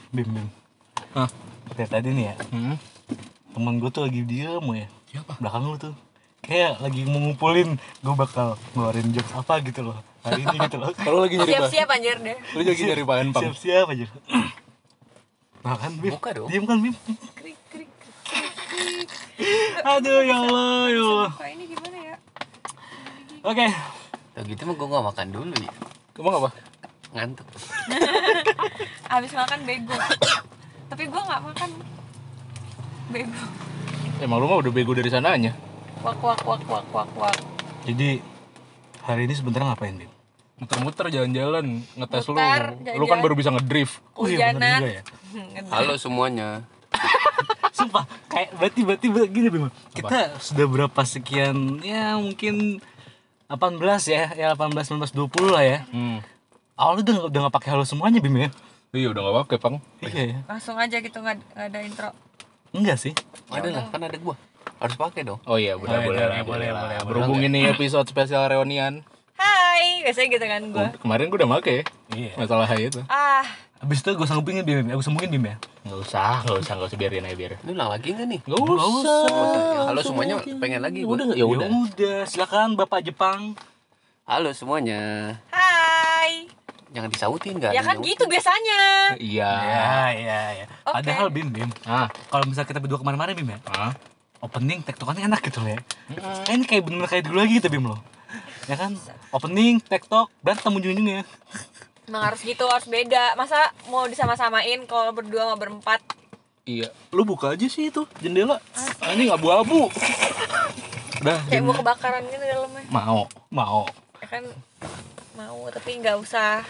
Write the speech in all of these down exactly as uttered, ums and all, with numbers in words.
Bim, Bim. Hah? Kayak tadi nih ya. Hmm? Temen gue tuh lagi diem ya. Siapa? Belakang lu tuh. Kayak lagi mau ngumpulin gue bakal ngeluarin jokes apa gitu loh. Hari ini gitu loh. Kalau lagi nyari bahan. Siap-siap anjir deh. Lu lagi nyari bahan, Pang. Siap-siap aja. Nah kan Bim. Buka dong. Diem kan Bim. Krik krik krik. Aduh ya Allah, ya Allah. Buka ini gimana ya? Oke. Tuh gitu mah gue gak makan dulu ya. Emang apa? Ngantuk. Habis makan bego. Tapi gua enggak makan. Bego. Emang lu mah udah bego dari sananya. Wak wak wak wak wak wak. Jadi hari ini sebenarnya ngapain Bim? Muter-muter jalan-jalan ngetes lu. Muter, Lu jalan-jalan. kan baru bisa ngedrift. Oh iya bener Hujanan. juga ya. Halo semuanya. Sumpah, kayak berarti berarti begini Bim. Kita sudah berapa sekian ya mungkin delapan belas ya, ya delapan belas, sembilan belas, dua puluh lah ya. Hmm. Awalnya udah udah enggak pakai halo semuanya Bim ya. Iya udah gak pakai, Pang. Iya ya. Langsung aja gitu enggak ada intro. Enggak sih. Ada lah, kan ada gua. Harus pakai dong. Oh iya, boleh, Oh, iya, boleh, boleh, lah, boleh, lah. boleh, Berhubung ini episode spesial reunian. Hai, biasanya gitu kan gua. Oh, kemarin gue udah pakai. Iya. Masalah itu. Ah, Habis itu gue sanggupin Bim, aku sambungin Bim ya. Enggak usah, enggak usah, enggak usah biarin aja biar. Ini ulang lagi nggak nih? Enggak usah. Ya, halo semuanya, pengen lagi gua. Udah enggak? Ya udah. udah, silakan Bapak Jepang. Halo semuanya. hai. Jangan disautin nggak? Ya kan gitu biasanya. Iya. Ya, ya, ya. Oke. Padahal Bim, Bim. Ah, Kalau misalnya kita berdua kemana-mana Bim ya, ah. opening tektokannya enak gitu loh ya. Kayak ini kayak bener kayak dulu lagi gitu Bim loh. Ya kan, opening, tektok, berantem ujung-ujungnya. Emang harus gitu, harus beda. Masa mau disama-samain kalau berdua sama berempat? Iya. Lu buka aja sih itu jendela. Ah, ini abu-abu. Udah. Kayak mau kebakaran gitu dalamnya. Mau. Mau. Ya kan mau, tapi nggak usah.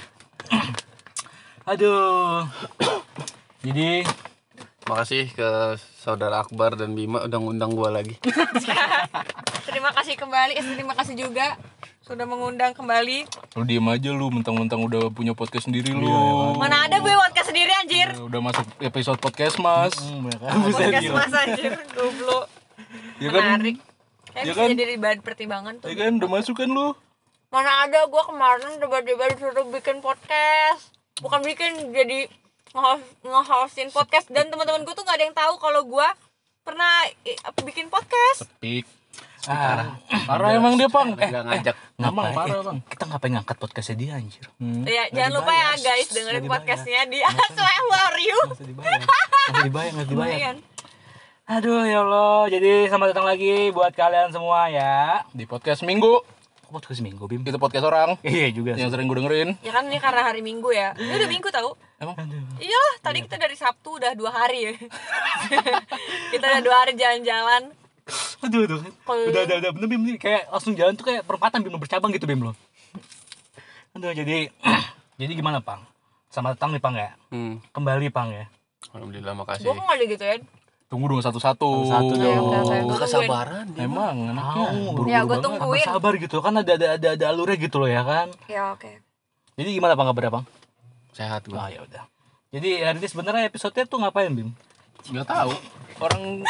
Aduh. Jadi, Makasih ke saudara Akbar dan Bima udah ngundang gua lagi. Terima kasih kembali, eh, terima kasih juga sudah mengundang kembali. Lu diem aja lu, mentang-mentang udah punya podcast sendiri lu. Mana ada gue podcast sendiri anjir. Ya, udah masuk episode podcast Mas. hmm, ya kan? Bisa Podcast gila. mas anjir, goblok. Ya kan? Menarik. Kayak Ya bisa kan? jadi bahan pertimbangan tuh. Ya kan udah masuk kan lu? Mana ada gue kemarin tiba-tiba disuruh bikin podcast. Bukan bikin, jadi nge-host- nge-hostin podcast. Dan teman-teman gue tuh gak ada yang tahu kalau gue pernah i- bikin podcast. Pik. Ah, Parah emang dia, Pang. Eh, nggak ngajak. Emang ngapain? parah, Eh, Bang. Kita ngapain ngangkat podcastnya dia anjir? Hmm. Ya, Nggak jangan lupa ya dibayar. guys, Shh, dengerin nggak dibayar. podcastnya di Slammer You. Nggak usah dibayar. Nggak usah dibayar, nggak usah dibayar. Lumayan. Aduh ya Allah, jadi selamat datang lagi buat kalian semua ya. Di podcast Minggu. Kok podcast minggu Bim? Kita podcast orang Iya juga sih. yang sering gue dengerin. Ya kan ini karena hari Minggu ya. Ini udah Minggu tahu? Emang? Iyalah, tadi kita dari Sabtu udah dua hari ya. Kita udah dua hari jalan-jalan. Aduh, aduh. Kalau- Udah, udah, udah, bener Bim. Kayak langsung jalan tuh kayak perempatan Bim, bercabang gitu Bim loh. Aduh, jadi jadi gimana Pang? Selamat datang nih Pang ya. Hmm. Kembali Pang ya. Alhamdulillah makasih. Gue kok gak ada gitu ya. Tunggu dong satu-satu. Satu-satu Oke, dong. oke, oke. Gua kesabaran. dia. Emang anaknya Tahu. buru-buru Ya, gua banget. tunggu. Sabar, Tungguin. sabar gitu kan ada ada ada, ada alurnya gitu loh ya kan. Ya oke. Jadi gimana Pang kabarnya Pang? Sehat gua. Ah ya udah. Jadi hari ini sebenarnya episode-nya tuh ngapain Bim? Nggak tahu. Orang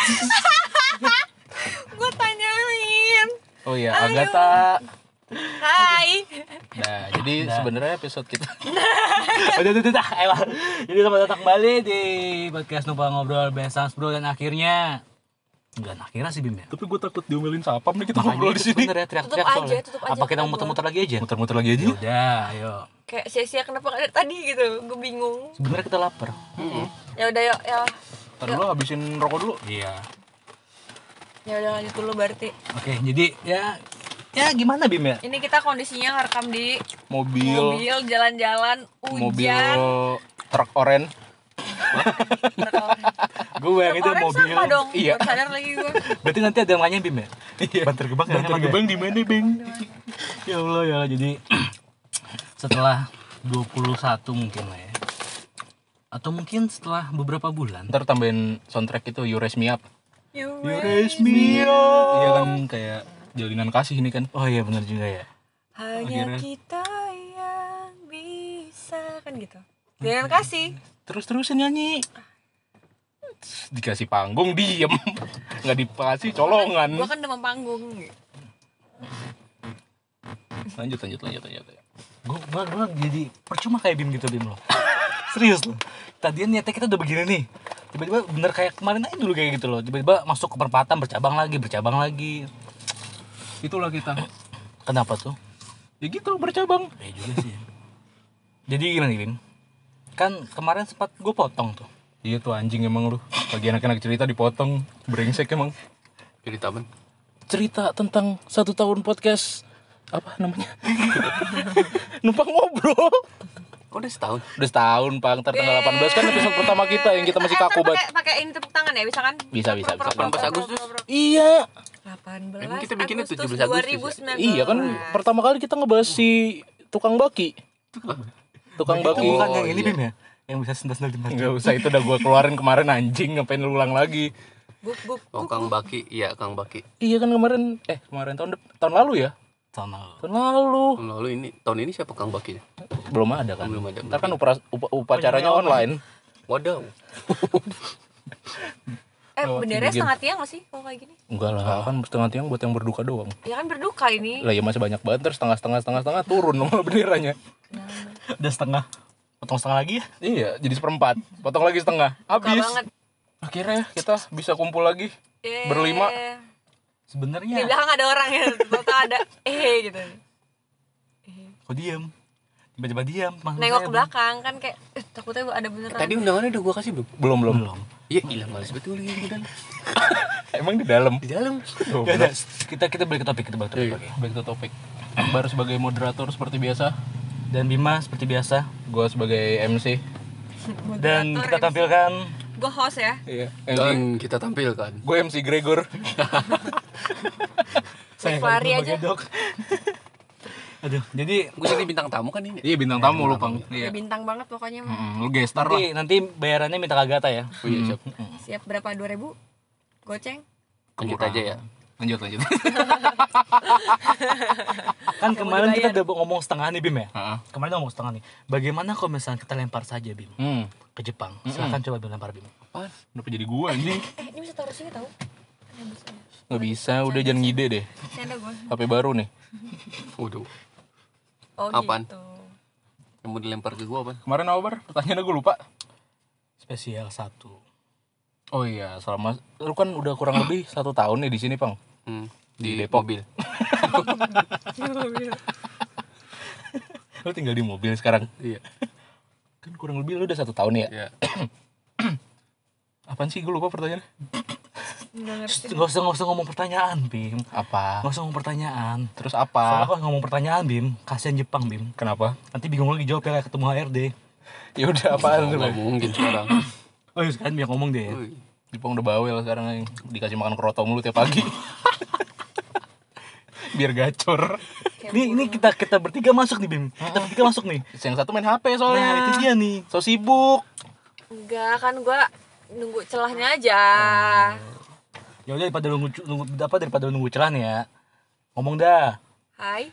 Gue tanyain. Oh iya, Agatha. Hai. Nah, jadi sebenarnya episode kita Udah, udah, udah, ayo. Jadi selamat datang kembali di podcast Numpang Ngobrol Besans Bro dan akhirnya enggak akhirnya sih Bim ya. tapi gue takut diomelin sapam nih kita Makanya ngobrol di itu sini. bener ya teriak-teriak Tutup soalnya. aja, tutup aja Apa kita kata mau gua. muter-muter lagi aja? Muter-muter lagi aja. Ya udah, ayo. Kayak sia-sia kenapa gak dari tadi gitu. Gue bingung. Sebenarnya kita lapar. Ya udah yuk, ya. Ntar dulu habisin rokok dulu. Iya. Ya udah lanjut dulu berarti. Oke, jadi ya ya gimana Bim ya? Ini kita kondisinya ngerekam di Mobil, mobil, jalan-jalan, mobil hujan. truk oren. Gue yang itu Orang mobil. sama dong. Iya. Baru sadar lagi gue. Berarti nanti ada yang nanya Bim ya? Iya. Bantar gebang ya? Bantar gebang di mana, Bang? Ya Allah ya, jadi setelah dua puluh satu mungkin lah ya. Atau mungkin setelah beberapa bulan. Ntar tambahin soundtrack itu You Raise Me Up. You raise me up. Iya kan kayak jalinan kasih ini kan. Oh iya benar juga ya. Hanya Akhirnya. kita yang bisa kan gitu. Jangan kasih. Terus-terusin nyanyi. Dikasih panggung diem. Nggak dikasih colongan. Gue kan demam panggung. Lanjut lanjut lanjut lanjut. Gue gue gue jadi percuma kayak Bim gitu Bim loh. Serius loh. Tadinya niatnya kita udah begini nih. Tiba-tiba bener kayak kemarin aja dulu kayak gitu loh. Tiba-tiba masuk ke perempatan bercabang lagi, bercabang lagi. Itulah kita. Kenapa tuh? Ya gitu bercabang. Ya juga sih. Jadi gimana Bim? Kan kemarin sempat gue potong tuh. Iya tuh anjing emang lu. Bagi anak-anak cerita dipotong, brengsek emang. Cerita apa? Cerita tentang satu tahun podcast apa namanya? Numpang ngobrol. Kok udah setahun? Udah setahun, Pang. Ntar tanggal delapan belas kan episode pertama kita yang kita masih Eh, kaku ntar banget. pakai pakai ini tepuk tangan ya, bisa kan? Bisa, bisa, bisa. delapan belas Agustus. Iya. delapan belas Emang kita bikinnya Agustus tujuh belas Agustus ya? dua ribu sembilan belas. Iya kan pertama kali kita ngebahas si tukang baki. Tukang Itu baki. bukan yang Oh, ini iya. Bim ya? Yang bisa sendal-sendal di mati. Enggak usah, itu udah gue keluarin kemarin anjing, ngapain lu ulang lagi? Buk buk. Oh, Kang Baki. Iya, Kang Baki. Iya kan kemarin eh kemarin tahun dep- tahun lalu ya? Tahun lalu. Tahun lalu. Tahun lalu ini, tahun ini siapa Kang Baki? Belum ada kan? Belum ada. Ntar kan upara, upa- upacaranya online. Wadaw. Eh, Lewat benderanya bikin. setengah tiang gak sih kalau kayak gini? Enggak lah, kan setengah tiang buat yang berduka doang. Ya kan berduka ini. Lah ya masih banyak banget, terus setengah-setengah setengah-setengah turun nomor benderanya. Udah setengah. Potong setengah lagi ya? Iya, jadi seperempat. Potong lagi setengah. Duka Habis. banget. Akhirnya kita bisa kumpul lagi. Eh, Berlima. Di Sebenarnya belakang ada orang ya, ternyata ada eh gitu. kok diam? Tiba-tiba diam. Maksud Nengok saya, ke belakang kan kayak eh, takutnya ada beneran. Tadi undangannya udah gua kasih belum? Belum, belum. Belum. Iya, gila males betul ini udah. Emang di dalam. Di dalam. Tuh, Gak ada. Kita kita balik ke topik, kita balik ke topik. Iya, back to topic. Baru sebagai moderator seperti biasa. Dan Bima seperti biasa. Gue sebagai M C. Dan Moderator, kita M C. tampilkan Gue host ya. Iya. Dan kita tampilkan. Gue M C Gregor. saya Lari sebagai aja. dok. Aduh, jadi Gue jadi bintang tamu kan ini. Iya bintang tamu lu, Pang. Ya Iya. bintang banget pokoknya mah. Mm, lu gestar lah. nanti nanti bayarannya minta ke Agatha ya. Oh iya, siap. Siap berapa? dua ribu? Goceng? Lanjut aja ya. Lanjut, lanjut. Kan Yang mau kemarin kita dibayar. udah ngomong setengah nih Bim ya. Heeh. Kemarin ngomong setengah nih. Bagaimana kalau misalnya kita lempar saja Bim Hmm. ke Jepang? Silakan coba Bim lempar Bim. Apaan? Kenapa jadi gua anjing? Eh, ini bisa taruh sini tau? Kan bisa. Nggak bisa, udah jangan ngide deh. Canda gue. H P baru nih. Waduh. Oh Apaan? gitu. Yang mau dilempar ke gua apa? Kemarin apa, Bar? Pertanyaannya gue lupa. Spesial satu. Oh iya, selama lu kan udah kurang lebih satu tahun nih di sini, Pang. Hmm. Di Di, Depok. mobil. Lu tinggal di mobil sekarang. Iya. Kan kurang lebih lu udah satu tahun ya. Iya. Apaan sih? Gue lupa pertanyaannya. Nggak ngerti. Gak usah gak usah ngomong pertanyaan Bim. Apa? Gak usah ngomong pertanyaan. Terus Soalnya apa? kalau ngomong pertanyaan Bim, kasihan Jepang Bim. Kenapa? Nanti bingung lagi jawab ya kayak ketemu H R D. Ya udah apaan tuh? Nggak mungkin sekarang. Oh iya sekarang biar ngomong deh. Wih. Jepang udah bawel sekarang yang dikasih makan kroto mulu tiap pagi. Biar gacor. Ini ini kita kita bertiga masuk nih Bim. Kita bertiga masuk nih. Yang satu main H P soalnya. Nah itu dia nih. So sibuk. Enggak kan gue nunggu celahnya aja. Ya udah daripada lu nunggu, nunggu apa daripada lu nunggu celah nih ya. Ngomong dah. Hai.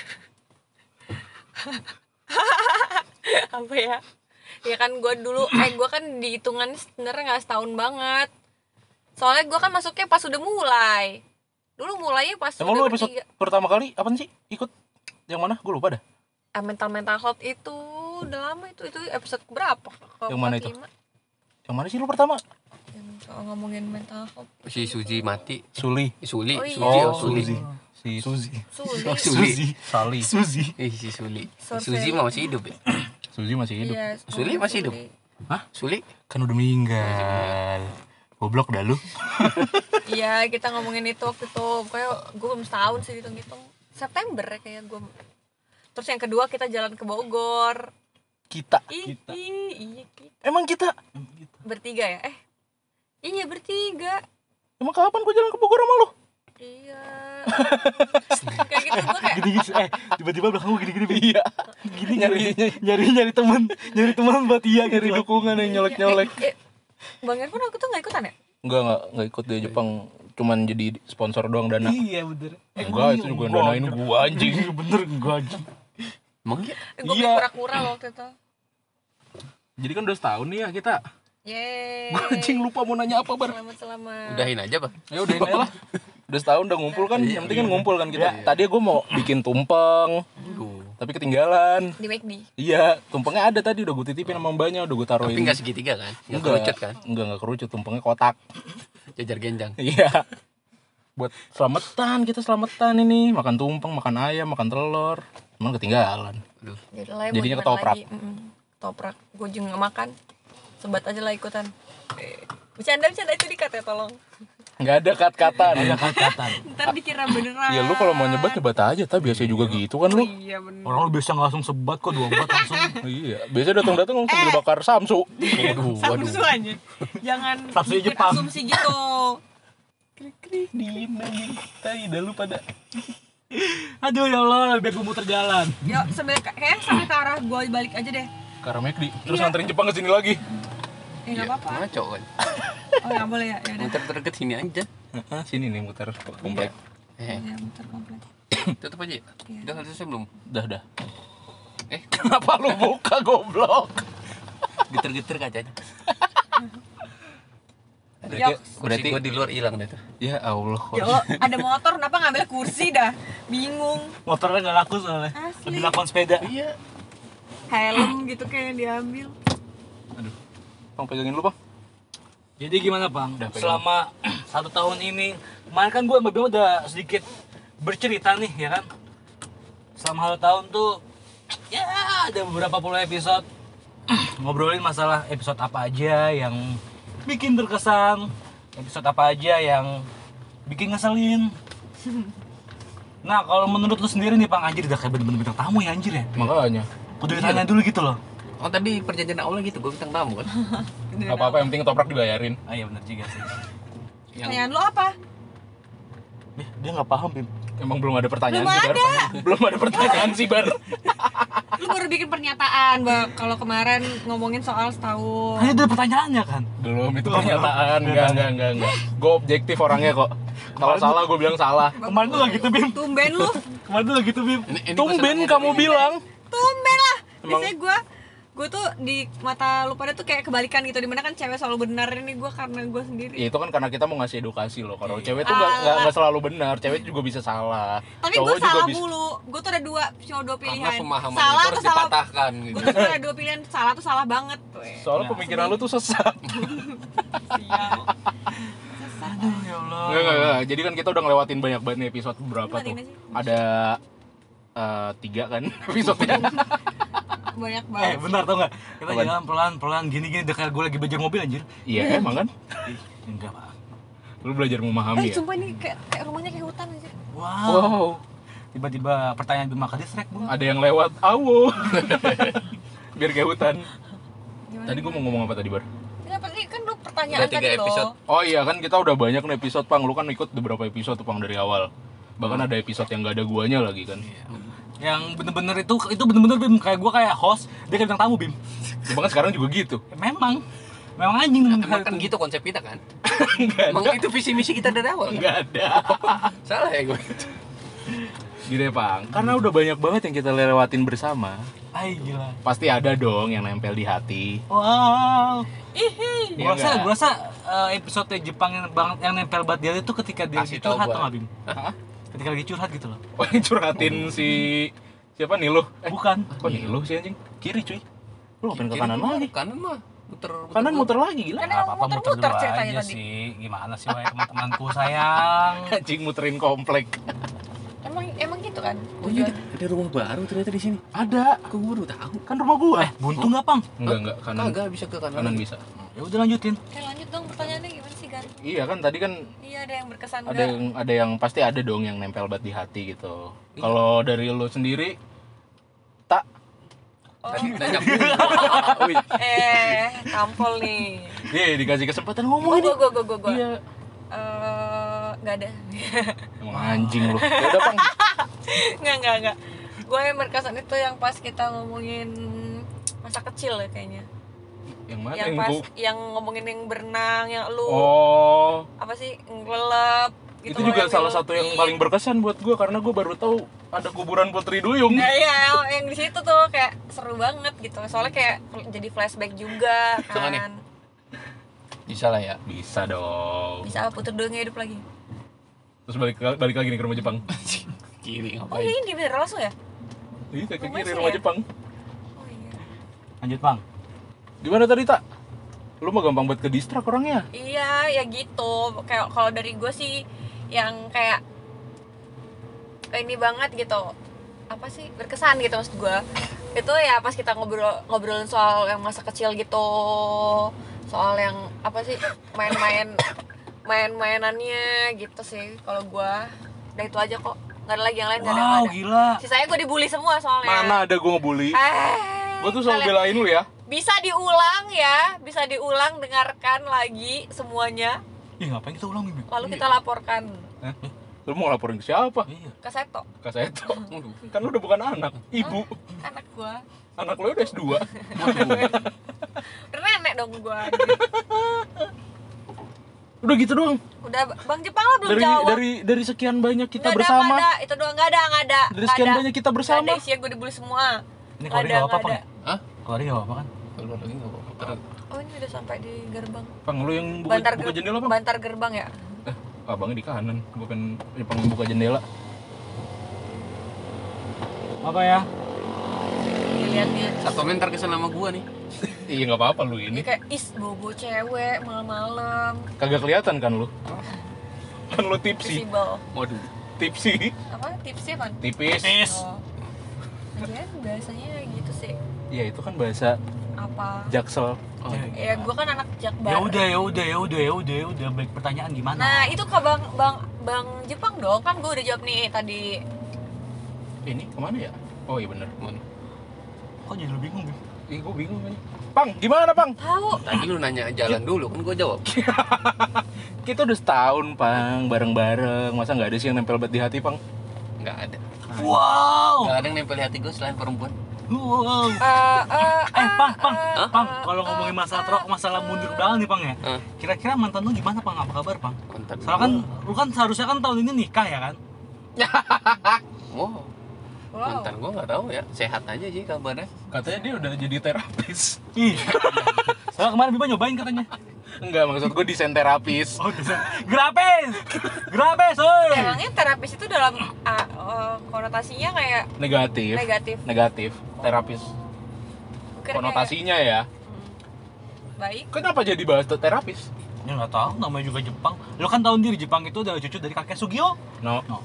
Apa ya? Ya kan gue dulu, eh gue kan di hitungan sebenarnya nggak setahun banget. Soalnya gue kan masuknya pas udah mulai. Dulu mulainya pas Emang udah lu episode bertiga. pertama kali apaan sih? Ikut yang mana? Gue lupa dah. Ah, mental mental health itu udah lama itu itu episode berapa? Yang mana itu? empat puluh lima. Yang mana sih lu pertama? Yang soal ngomongin mental health. Si Suji mati. Suli. Eh, Suli. Oh, iya. Suji oh, Oh, Suli. Suzy. Si Suzy. Sulit. Oh, Suli. Sali. Suzy. Eh, si Suli. Sorry. Suji mah masih hidup ya? Suzy masih hidup. Iya, Suli masih hidup? Suli. Hah? Suli? Kan udah meninggal. Goblok dah lu. Iya, kita ngomongin itu waktu itu. Pokoknya gue belum setahun sih hitung-hitung. September ya kayak gue. Terus yang kedua kita jalan ke Bogor. Kita. Ih, Kita. ih, iya kita. Emang kita? Bertiga ya? Eh, iya bertiga. Emang kapan gua jalan ke Bogor sama lu? Iya. Kayak gitu gue kayak. Gini-gini eh tiba-tiba belakang gua gini-gini Bim. Iya. Gini nyari nyari nyari teman, nyari teman buat iya Nyari gitu. dukungan yang nyolek-nyolek. Eh, eh, Bang Irfan waktu itu gak ikutan ya? Enggak, enggak, enggak ikut di Jepang. Cuman jadi sponsor doang dana. Iya bener. Enggak, itu juga yang danain gua anjing. Iya, bener gua anjing. Emang iya? Eh, gue Iya. kura-kura waktu itu. Jadi kan udah setahun nih ya kita. Yeay. Gua anjing lupa mau nanya apa, Bar. Selamat-selamat. Udahin aja, Bang. Ya udah ini lah. Udah setahun udah ngumpul kan. Yang penting kan ngumpul kan kita. Tadi gua mau bikin tumpeng. Aduh. tapi ketinggalan. Di McD. Iya, tumpengnya ada tadi udah gue titipin sama mbaknya, udah gue taruhin. Tapi nggak segitiga kan? Nggak Enggak, kerucut kan? Enggak, enggak kerucut, tumpengnya kotak. Jajar genjang. Iya. Buat selamatan, kita selamatan ini, makan tumpeng, makan ayam, makan telur. Cuman ketinggalan. Aduh. Jadi lah ya, Jadinya buat ketoprak. lagi. Mm-mm. Ketoprak. Gue juga nggak makan. Sebat aja lah ikutan. Eh, Bercanda bercanda itu dikat ya tolong. Enggak ada kat-katan. Ada kata-kata. Ntar dikira beneran. Ya lu kalau mau nyebat nyebat aja, tapi biasanya juga gitu kan lu. Iya bener. Orang lu biasa nggak langsung sebat kok, dua empat langsung. Iya, biasanya datang-datang langsung dibakar samsu. Waduh, waduh. Samsu aja. Jangan Samsu bikin Jepang. asumsi gitu. Krik-krik diem lagi. Tadi dah lu pada. Aduh ya Allah, biar gue muter jalan. Ya sambil kayak sampai ke arah gue balik aja deh. Karena McD. Terus Iya. nganterin Jepang ke sini lagi. Eh nggak apa-apa. Ngaco kan. Oh nggak boleh ya. Ya udah. Muter ke sini aja. Hah, sini nih muter komplek. Eh, Ya muter komplek. tutup aja. Iya. Udah selesai belum? Dah dah. Eh, Kenapa lu buka goblok? geter-geter kacanya. Ya. Berarti gua di luar hilang deh tuh. Ya Allah. Ya Allah, ada motor kenapa ngambil kursi dah? Bingung. Motornya nggak laku soalnya. Asli. Lebih lakuan sepeda. Iya. Helm gitu kayak diambil. Aduh. Bang pegangin lu, Bang. Jadi gimana Bang? Udah, pegang. Selama satu tahun ini, kemarin kan gue sama Bima udah sedikit bercerita nih, ya kan? Selama satu tahun tuh, ya ada beberapa puluh episode ngobrolin masalah episode apa aja yang bikin berkesan, episode apa aja yang bikin ngeselin. Nah kalau menurut lu sendiri nih Bang, anjir udah kayak bener-bener bintang tamu ya anjir ya? Makanya. Udah ditanya dulu gitu loh. Oh tadi perjanjian awal gitu, gua bintang tamu kan. Gak apa-apa, yang penting ketoprak dibayarin. Ah iya bener juga sih. Pertanyaan lu apa? Dia, dia nggak paham Bim. Emang belum ada pertanyaan Belum sih, Bar. Belum ada pertanyaan sih, Bar. Lu baru bikin pernyataan, Bang. Kalau kemarin ngomongin soal setahun. Hanya ada pertanyaannya kan? Belum, itu pernyataan. Enggak, enggak, enggak, enggak. Gue objektif orangnya kok. Kalau salah gue bilang salah. Kemarin tuh lagi gitu Bim. Tumben lu. Kemarin tuh lagi gitu Bim. Ini, ini Tumben gua kamu senang bilang. Tumben lah. Emang- Biasanya gue gue tuh di mata lu pada tuh kayak kebalikan gitu, dimana kan cewek selalu benar, ini gue karena gue sendiri. Ya itu kan karena kita mau ngasih edukasi loh. Kalau cewek tuh nggak nggak nggak selalu benar. Cewek juga bisa salah. Tapi Cowok gue juga salah bisa. mulu. Gue tuh ada dua, cuma dua Karena pilihan. pemahaman Salah itu atau harus salah. dipatahkan gitu. Gue tuh ada dua pilihan, salah tuh salah banget. Weh. Soalnya Nah, pemikiran lu tuh sesat. Sial. Aduh ya Allah. Enggak, enggak, enggak. Jadi kan kita udah ngelewatin banyak banget nih episode berapa Lu tuh. matiin aja. Ada eh, tiga kan episode-nya. Banyak Eh banget. bentar tau gak? Kita Apaan? jalan pelan-pelan gini-gini udah kayak gue lagi belajar mobil anjir. Iya, emang kan. Ih, enggak Pak. Lu belajar memahami Eh, ya. sumpah ini kayak, kayak rumahnya kayak hutan aja. Wow. Wow. Tiba-tiba pertanyaan Bima ke distrek Bu. Ada yang lewat, awo. Biar kayak hutan. Gimana? Tadi gua mau ngomong apa tadi, Bar? Kenapa sih kan lu pertanyaan Udah tiga tadi episode. loh. Oh iya kan kita udah banyak nih episode, Pang. Lu kan ikut beberapa episode tuh, Pang, dari awal. Bahkan ada episode yang gak ada guanya lagi kan. Yang bener-bener itu itu bener-bener Bim kayak gue kayak host, dia kayak bintang tamu Bim. Cuma kan sekarang juga gitu. Memang memang anjing temen Emang kan gitu konsep kita kan? Enggak Emang ada. itu visi misi kita dari awal kan? Enggak ada. Salah ya gue. Gini, Pang. Karena udah banyak banget yang kita lewatin bersama. Ay gila. Pasti ada dong yang nempel di hati. Wow. Ihi. Gua Iya rasa nggak? gua rasa eh, episode Jepang yang banget yang nempel banget dia itu ketika dia Kasih lagi tahu curhat gua. tau gak Bim? Hah? Ketika lagi curhat gitu loh. Oh, yang curhatin si siapa Niluh? Eh, Bukan. kok Niluh sih anjing? Kiri, cuy. Lu ngapain ke Kiri kanan dulu, lagi? Kanan mah muter. Kanan muter lagi gila. Kan Nggak emang apa-apa muter muter-muter dulu ceritanya aja tadi. sih. Gimana sih wahai teman-temanku sayang. Anjing muterin komplek. Emang emang gitu kan? Oh iya, ada rumah baru ternyata di sini. Ada. Aku baru tahu. Kan rumah gua. Eh, buntu nggak Pang? Enggak, enggak, kanan. Kagak bisa ke kanan. Kanan bisa. Ya udah lanjutin. Oke lanjut dong pertanyaannya gimana sih Gar? Iya kan tadi kan Iya ada yang berkesan ada enggak? yang ada yang pasti ada dong yang nempel banget di hati gitu. Kalau dari lu sendiri tak Tadi nanya dulu. Wih, Eh, tampol nih. dia dikasih kesempatan Oh, ngomong ini. gua gua gua gua. gua. Iya. Eh, enggak ada. Emang anjing lu. Ya udah, Pang. Enggak, enggak, enggak. Gue yang berkesan itu yang pas kita ngomongin masa kecil ya kayaknya. Yang mana Yang yang pas gua- yang ngomongin yang berenang, yang lu Oh, apa sih ngelelep gitu. itu juga loh, salah yang satu yang di- paling berkesan buat gua karena gua baru tahu ada kuburan Putri Duyung. Nah, iya, yang di situ tuh kayak seru banget gitu. Soalnya kayak jadi flashback juga Coba nih. kan. bisa lah ya. Bisa dong. Bisa Putri Duyungnya hidup lagi. Terus balik balik lagi nih ke rumah Jepang. Kiri Oh ngapain? iya ini bener langsung ya? Iya, kaki Rumah kiri sih rumah ya? Jepang. Oh iya. Lanjut bang. Gimana tadi, Tak? Lu mah gampang banget ke distrak orangnya. Iya, ya gitu. Kayak kalau dari gue sih yang kayak ini banget gitu. Apa sih? Berkesan gitu maksud gue. Itu ya pas kita ngobrol ngobrolin soal yang masa kecil gitu. Soal yang apa sih? Main-main main-mainannya gitu sih kalau gue. Udah itu aja kok. Gak ada lagi yang lain, gak ada, Wow gak ada. gila. Sisanya gue dibully semua soalnya. Mana ada gue ngebully? Eh, Gue tuh selalu kalian- belain lu ya. bisa diulang ya, bisa diulang, dengarkan lagi semuanya, Ih ngapain kita ulang Bim? lalu kita laporkan Hah? Lu mau laporin ke siapa? Iya. ke Seto, Ke Seto. Kan lu udah bukan anak, ibu. anak gua. Anak lu udah S dua. Udah nenek dong gua. Udah gitu doang. Udah Bang Jepang lah belum Dari jawab. dari dari sekian banyak kita Nggak ada, bersama. nggak ada. Itu doang, nggak ada, nggak ada. Dari nggak sekian ada. banyak kita Nggak bersama. ada isinya, gue dibully semua. Ini Nggak kalau dia ada, nggak apa-apa nggak Bang. Hah? Kalau dia nggak apa-apa kan? Keluar lagi nggak apa-apa. Oh ini udah sampai di gerbang. Bang, lu yang buka, Bantar, buka ger- jendela, Bang? bantar gerbang ya. Eh, abangnya di kanan. Gue pengen ya, pengen buka jendela. Apa ya? Dilihat dia. Satu mentar kesan sama gua nih. Iya, nggak apa-apa lu Ini ini. kayak is bobo cewek malam-malam. Kagak kelihatan kan lu? Kan lu tipsi. Visible. Waduh. Tipsi. Apa tipsnya kan? Tipis. Tis. Oh. Lagian biasanya gitu sih. Ya itu kan bahasa Apa? Jaksel. Oh, Ya gue kan anak Jakbar. Ya udah ya udah ya udah ya udah ya udah baik pertanyaan gimana? Nah itu ke bang bang bang Jepang dong, kan gue udah jawab nih tadi. Ini kemana ya? Oh iya bener. mana? Kok jadi lu bingung Bim? Ih, gue bingung kan. Pang, gimana, Pang? Tahu? Tadi lu nanya jalan dulu kan gua jawab. Kita udah setahun, Pang, bareng-bareng. Masa nggak ada sih yang nempel banget di hati, Pang? Nggak ada. Wow. Nggak ada yang nempel di hati gua selain perempuan. Wow. Eh eh Eh, Pang, Pang, eh, Pang, eh, kalau ngomongin masalah trok, masalah mundur ke belakang nih, Pang ya. Hah? Kira-kira mantan lu gimana, Pang? Apa kabar, Pang? Mantan Soalnya kan gua. lu kan seharusnya kan tahun ini nikah ya kan? Oh, wow. mantan gua nggak tahu ya. Sehat aja sih kabarnya. Katanya dia udah jadi terapis. Ih. Soalnya kemarin Bima nyobain katanya. Enggak, maksud gue desain terapis. Oh, bisa. Grapes. Grapes, oi. Emangnya terapis itu dalam ah, eh, konotasinya kayak Negatif. negatif? Negatif. Terapis. Gua kira Konotasinya ya. kayak, hmm, baik. Kenapa jadi bahas terapis? Ya nggak tahu, namanya juga Jepang. Lo kan tahu diri Jepang itu adalah cucu dari kakek Sugio. No. No.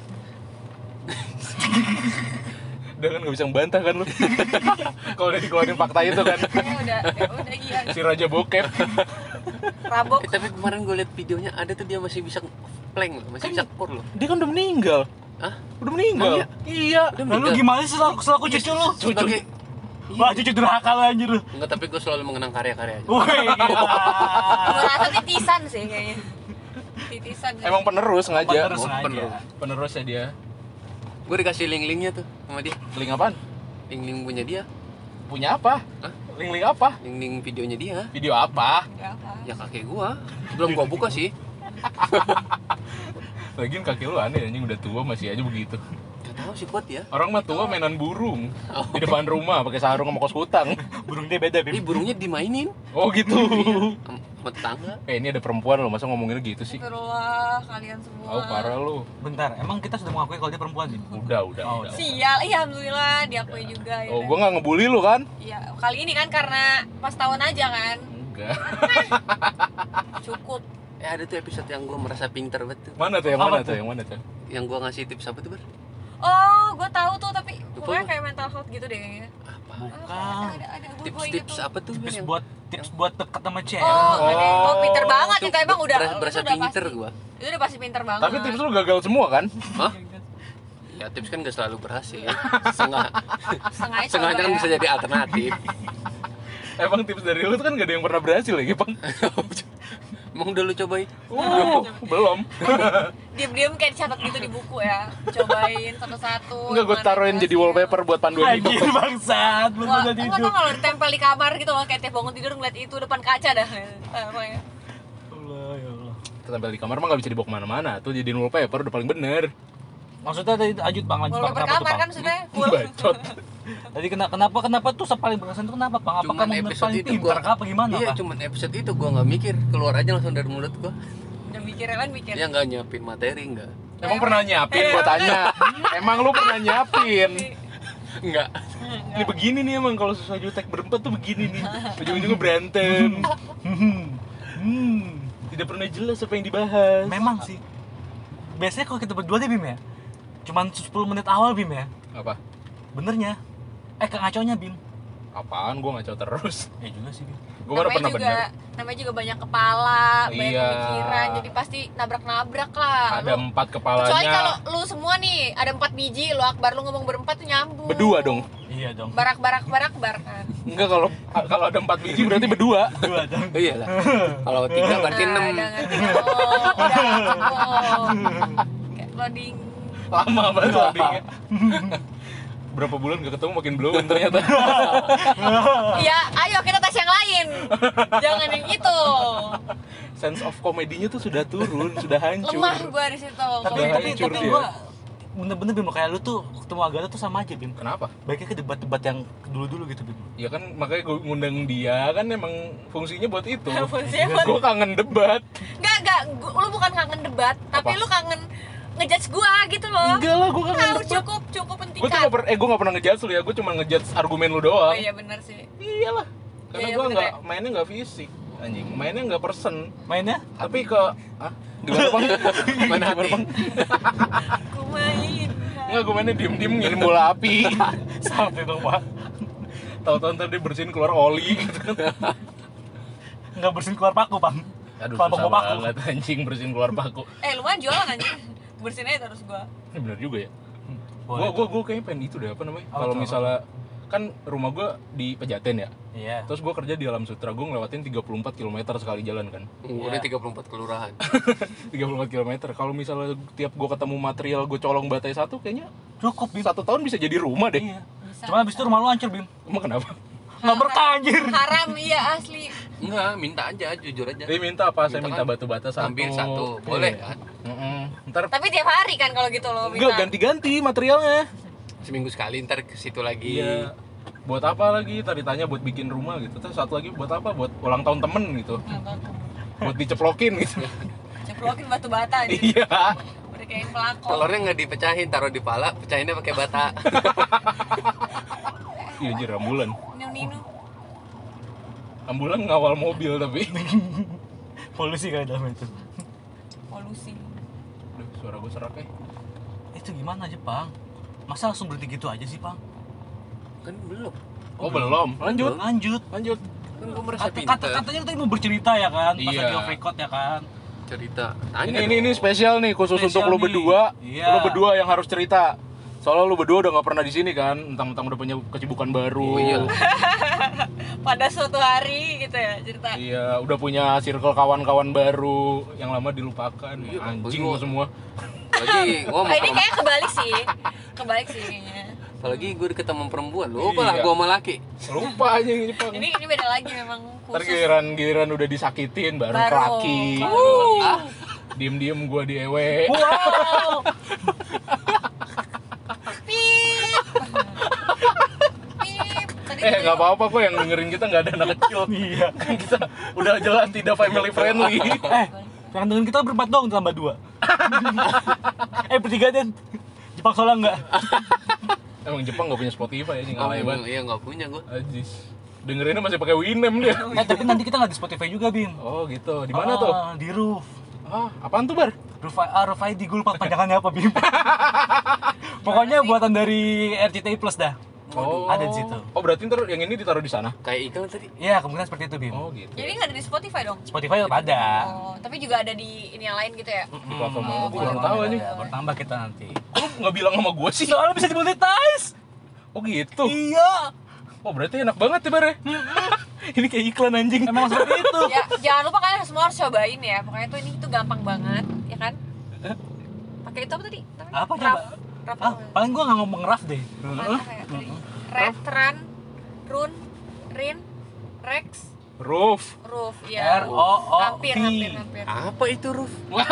Udah kan nggak bisa membantah kan lu. Kalau udah dikeluarin fakta itu kan. Ya udah, ya udah iya. Si Raja Bokep. Rabok. Eh, tapi kemarin gue liat videonya ada tuh dia masih bisa plank loh, masih bisa kur loh. Dia kan udah meninggal. Hah? Udah meninggal. Emang Iya. Udah Lalu meninggal. gimana sih selaku, selaku cucu lu? Sebagai Wah, cucu durhaka lu anjir lu. enggak, tapi gue selalu mengenang karya-karyanya. Woi, gila. Gue rasa titisan sih kayaknya. Titisan. sih. Emang penerus sengaja. Penerus Oh, sengaja. penerus. Penerus ya dia. Gue dikasih link-linknya tuh sama dia. Link apaan? Link-link punya dia. Punya apa? Hah? Link-link apa? Link-link videonya dia. Video apa? Nggak apa. Ya kakek gua. Belum gua buka sih. Lagian kaki lu aneh, anjing udah tua masih aja begitu. Gak tahu sih kuat ya. Orang mah tua mainan burung di depan rumah pakai sarung sama kos kutang. Burung dia beda, Ih, Bim. burungnya dimainin Oh gitu. sama tetangga. Eh ini ada perempuan loh, masa ngomonginnya gitu sih? Astagfirullah kalian semua. Oh parah lu. Bentar, emang kita sudah mengakui kalau dia perempuan, Bim? Udah, udah, Oh, udah. Sial, iya alhamdulillah diakui juga ya. Oh, gua nggak ngebully lu kan? Iya, kali ini kan karena pas tahun aja kan. Enggak. Cukup. Eh ada tuh episode yang gua merasa pinter betul. Mana tuh yang Apa mana tuh? tuh? Yang mana tuh? Yang gua ngasih tips apa tuh, Ber? Oh, gue tahu tuh tapi Lupa pokoknya gua. kayak mental health gitu deh kayaknya. Apa? Bukan. Ada ada gue Tips-tips apa tuh? Tips yang- buat tips buat deket sama cewek. Oh, Oh. ada. Oh, pinter banget Tuh, itu emang udah. berasa, itu berasa udah pinter pasti. gua. Itu udah pasti pinter banget. Tapi tips lu gagal semua kan? Hah? Ya tips kan gak selalu berhasil. Setengah setengah aja setengahnya kan coba bisa ya. jadi alternatif. Emang tips dari lu tuh kan gak ada yang pernah berhasil lagi, Bang. Emang udah lu cobain? Oh, belum. Diam-diam kayak dicatat gitu di buku ya. Cobain satu-satu. Enggak, gue yang mana taruhin yang jadi berhasil. wallpaper buat panduan Anjir hidup. bangsat, belum Wah, bisa enggak tidur. tau kalau ditempel di kamar gitu loh, kayak tiap bangun tidur ngeliat itu depan kaca dah. Eh, pokoknya. Allah ya Allah. Tempel di kamar mah gak bisa dibawa kemana-mana. Tuh jadiin wallpaper udah paling bener. Maksudnya tadi lanjut Bang, lanjut Bang. Wallpaper Kenapa tuh, kamar Bang? kan maksudnya full. Bacot. Tadi kenapa kenapa kenapa tuh paling berkesan tuh kenapa, Bang? Apakah Cuman momen episode paling itu pintar gua kah apa gimana, Iya, Pak? cuman episode itu gua nggak mikir, keluar aja langsung dari mulut gua. Udah mikir kan mikir. Dia nggak nyiapin materi enggak. Emang pernah nyiapin gua tanya. Emang lu pernah nyiapin? Enggak. Ini begini nih emang kalau susah jutek berempat tuh begini nih. Ujung-ujungnya berantem. Hmm. Hmm. Tidak pernah jelas apa yang dibahas. Memang sih. Biasanya kalau kita berdua deh Bim ya, cuman sepuluh menit awal Bim ya. Apa? Benernya. Eh ngaconya Bim. Apaan gua ngaco terus. Ya juga sih Bim. Gua mana namanya pernah juga bener. namanya juga banyak kepala, banyak Iya. pemikiran, jadi pasti nabrak-nabrak lah. Ada Lu- empat kecuali kalau kepalanya. lu semua nih ada empat biji, lu Akbar lu ngomong berempat tuh nyambung. Berdua dong. Iya dong. Barak-barak barak-bar kan. Enggak, kalau kalau ada empat biji berarti berdua. Dua dong. Oh iyalah. Kalau tiga berarti Nah, enam. udah ngerti dong, udah cukup. Kayak loading. Lama banget loadingnya. Berapa bulan gak ketemu makin blown ternyata. Iya, ayo kita tes yang lain. Jangan yang itu. Sense of komedinya tuh sudah turun, sudah hancur. Lemah gua di situ. Tapi Udah tapi hancur tapi dia. gua bener-bener Bim kayak lu tuh ketemu Agatha tuh sama aja Bim. Kenapa? Baiknya ke debat-debat yang dulu-dulu gitu Bim. Ya kan makanya gue ngundang dia kan emang fungsinya buat itu. Fungsinya buat- Gue kangen debat. Enggak, enggak, gua- lu bukan kangen debat, tapi Apa? lu kangen ngejudge gua gitu loh. Enggak lah, gue kangen Tahu debat. cukup cukup Gue tuh hentikan. gak pernah, eh gue gak pernah ngejudge lu ya, gue cuma ngejudge argumen lu Oh doang. iya benar sih. Iyalah. Karena Iya, iya, gue bener nggak ya. mainnya nggak fisik, anjing. Mainnya nggak person. Mainnya Tapi ke, ah, gimana bang? Mana hati? Aku main. Enggak, gue mainnya diem-diem ngirim bola api. sampai dong Pak. Tahu-tahu ntar dia bersihin keluar oli gitu kan. Enggak bersihin keluar paku, Bang. Aduh, Kalau susah bawa paku. banget anjing bersihin keluar paku. Eh lumayan jualan aja. Bersihin aja terus gua. Ini bener juga ya. Boleh. Gua gua gua kayaknya pengen itu deh, apa namanya? Apa Kalau tuh, apa misalnya kan rumah gua di Pejaten ya. Iya. Terus gua kerja di Alam Sutra, gua ngelewatin tiga puluh empat kilometer sekali jalan kan. Udah tiga puluh empat kelurahan. tiga puluh empat kilometer. Kalau misalnya tiap gua ketemu material gua colong batai satu, kayaknya Cukup, Bim. satu tahun bisa jadi rumah deh. Iya. Bisa. Cuma habis itu rumah lu hancur, Bim. Emang kenapa? Enggak berkah anjir. Haram iya asli. Enggak, minta aja, jujur aja. Dia minta apa? Saya minta Minta kan batu bata satu. Ambil satu, boleh kan? Heeh. Ntar Tapi tiap hari kan kalau gitu lo enggak minta. ganti-ganti materialnya. Seminggu sekali ntar ke situ lagi. Iya. Buat apa lagi? Tadi tanya buat bikin rumah gitu. Terus satu lagi buat apa? Buat ulang tahun temen gitu. Buat diceplokin gitu. Ceplokin batu bata aja. Iya. Udah kayak pelakon. Telurnya nggak dipecahin, taruh di pala, pecahinnya pakai bata. Iya anjir, ambulan. Ninu ninu. Ambulan ngawal mobil tapi. Polusi kayak dalam itu. Polusi. Aduh, suara gue serak ya. Itu gimana aja, Bang? Masa langsung berhenti gitu aja sih, Bang? Kan belum. Oh, belum. Lanjut. Lanjut. Lanjut. Kan gue merasa Kata, pintar. kata katanya lu tadi mau bercerita ya kan? Pas Iya. lagi off record ya kan? Cerita. Ini Tanya ini ini dong. spesial nih khusus Spesial untuk lo nih. berdua. Iya. Lo berdua yang harus cerita. Soalnya lo berdua udah nggak pernah di sini kan, entang-entang udah punya kesibukan baru. Oh, iya. Pada suatu hari gitu ya cerita. Iya, udah punya circle kawan-kawan baru yang lama dilupakan. Iya, Anjing gua- lo semua. Apalagi gua Oh, mau ini kayak kebalik sih. Kebalik sih kayaknya. apalagi gue ketemu perempuan. Lupa lah Iya. gua sama laki. Lupa aja yang Jepang. Ini ini beda lagi memang Ntar khusus. giliran giliran udah disakitin baru, Baru. kelaki. Uh. Ah, diem-diem gua di ewe. Wow. Pip. Pip. Tadi Eh tadi- nggak apa-apa kok yang dengerin kita nggak ada anak kecil. Iya. Kita udah jelas tidak family friendly. Eh, yang dengan kita berempat dong tambah dua. eh, bertiga Den. Jepang soalnya enggak. Emang Jepang nggak punya Spotify ya, Oh, ngalay banget. iya nggak punya gua. Ajis. Dengerinnya masih pakai Winem dia. Eh, tapi nanti kita nggak di Spotify juga, Bim. Oh gitu. Di mana Ah, tuh? Di Roof. Ah, apaan tuh, Bar? Roof, ah, Roof I D, gue lupa panjangannya apa, Bim. Pokoknya buatan dari R C T I Plus dah. Oh. Ada di situ. Oh, berarti ntar yang ini ditaruh di sana. Kayak iklan tadi. Iya, kemungkinan seperti itu, Bim. Oh, gitu. Jadi nggak ada di Spotify dong? Spotify tetap ada. Oh, tapi juga ada di ini yang lain gitu ya? Di platform Hmm, mana? Gua platform baru tahu ada. aja. Bertambah kita nanti. Kok lu nggak bilang sama gua sih? Soalnya bisa dimonetize. Oh gitu. Iya. Oh berarti enak banget ya, Bar ya? Ini kayak iklan anjing. Emang seperti itu. Ya, jangan lupa kalian semua harus cobain ya. Pokoknya tuh ini itu gampang banget, ya kan? Pakai itu apa tadi? Namanya? Apa, Raf. coba? Raf Ah, apa? paling gua nggak ngomong Raf deh. Apa ya tadi? Retran, Run, Rin, Rex, Roof. Roof, ya. R O O Hampir, V. hampir, hampir. Apa itu, Ruf?